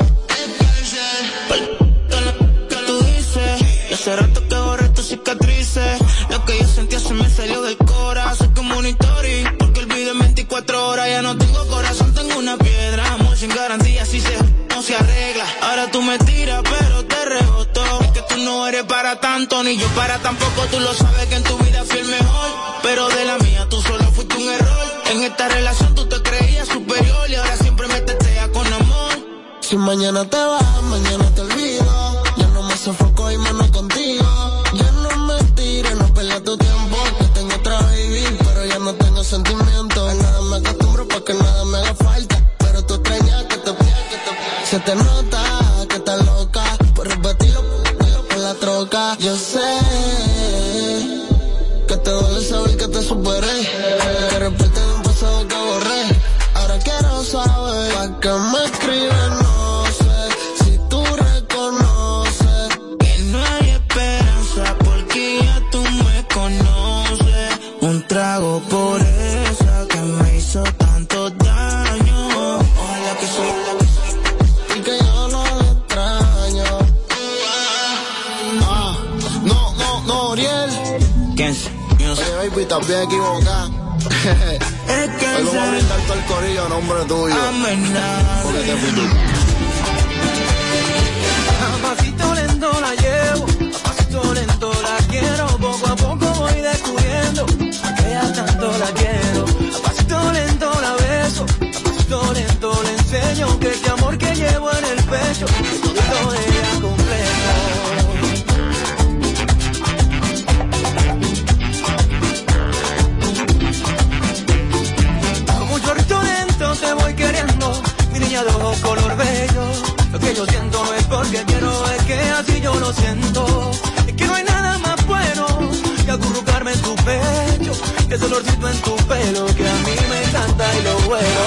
Tú dices, y hace rato que borré tus cicatrices. Lo que yo sentía se me salió del corazón como un story. Porque olvidé en veinticuatro horas, ya no tengo corazón, tengo una piedra. Amor sin garantía, si se no se arregla. Ahora tú me tiras, pero te rebotó. Es que tú no eres para tanto, ni yo para tampoco. Tú lo sabes que en tu vida fui el mejor, pero de la mía tú solo fuiste un error. En esta relación tú te creías superior y ahora siempre me teteas con amor. Si mañana te vas, mañana te olvido. Ya no me sofoco y menos contigo. Ya no me tires, no pierdas tu tiempo. Que tengo otra baby, pero ya no tengo sentimiento. A nada me acostumbro pa' que nada me haga falta. Pero tú extrañas que te que te se te nota que estás loca. Por repetirlo, por la troca. Yo sé que te duele saber que te superé. Que repente de un pasado que borré. Ahora quiero saber pa' qué me escriben, no sé. Si tú reconoces que no hay esperanza porque ya tú me conoces. Un trago por esa que me hizo tanto daño. Ojalá que soy y que yo no la extraño. Ah, no, no, no, Ariel. ¿Quién? Oye, baby, también equivocada. Es que hoy vamos a brindar todo el corillo a nombre tuyo. Porque te fui tú. A pasito lento la llevo, a pasito lento la quiero. Poco a poco voy descubriendo que ya tanto la quiero. A pasito lento la beso, a pasito lento le enseño que este amor que llevo en el pecho es todo de ella completo. Te voy queriendo, mi niña de ojos color bello. Lo que yo siento no es porque quiero, es que así yo lo siento. Es que no hay nada más bueno que acurrucarme en tu pecho, que ese olorcito en tu pelo que a mí me encanta y lo bueno.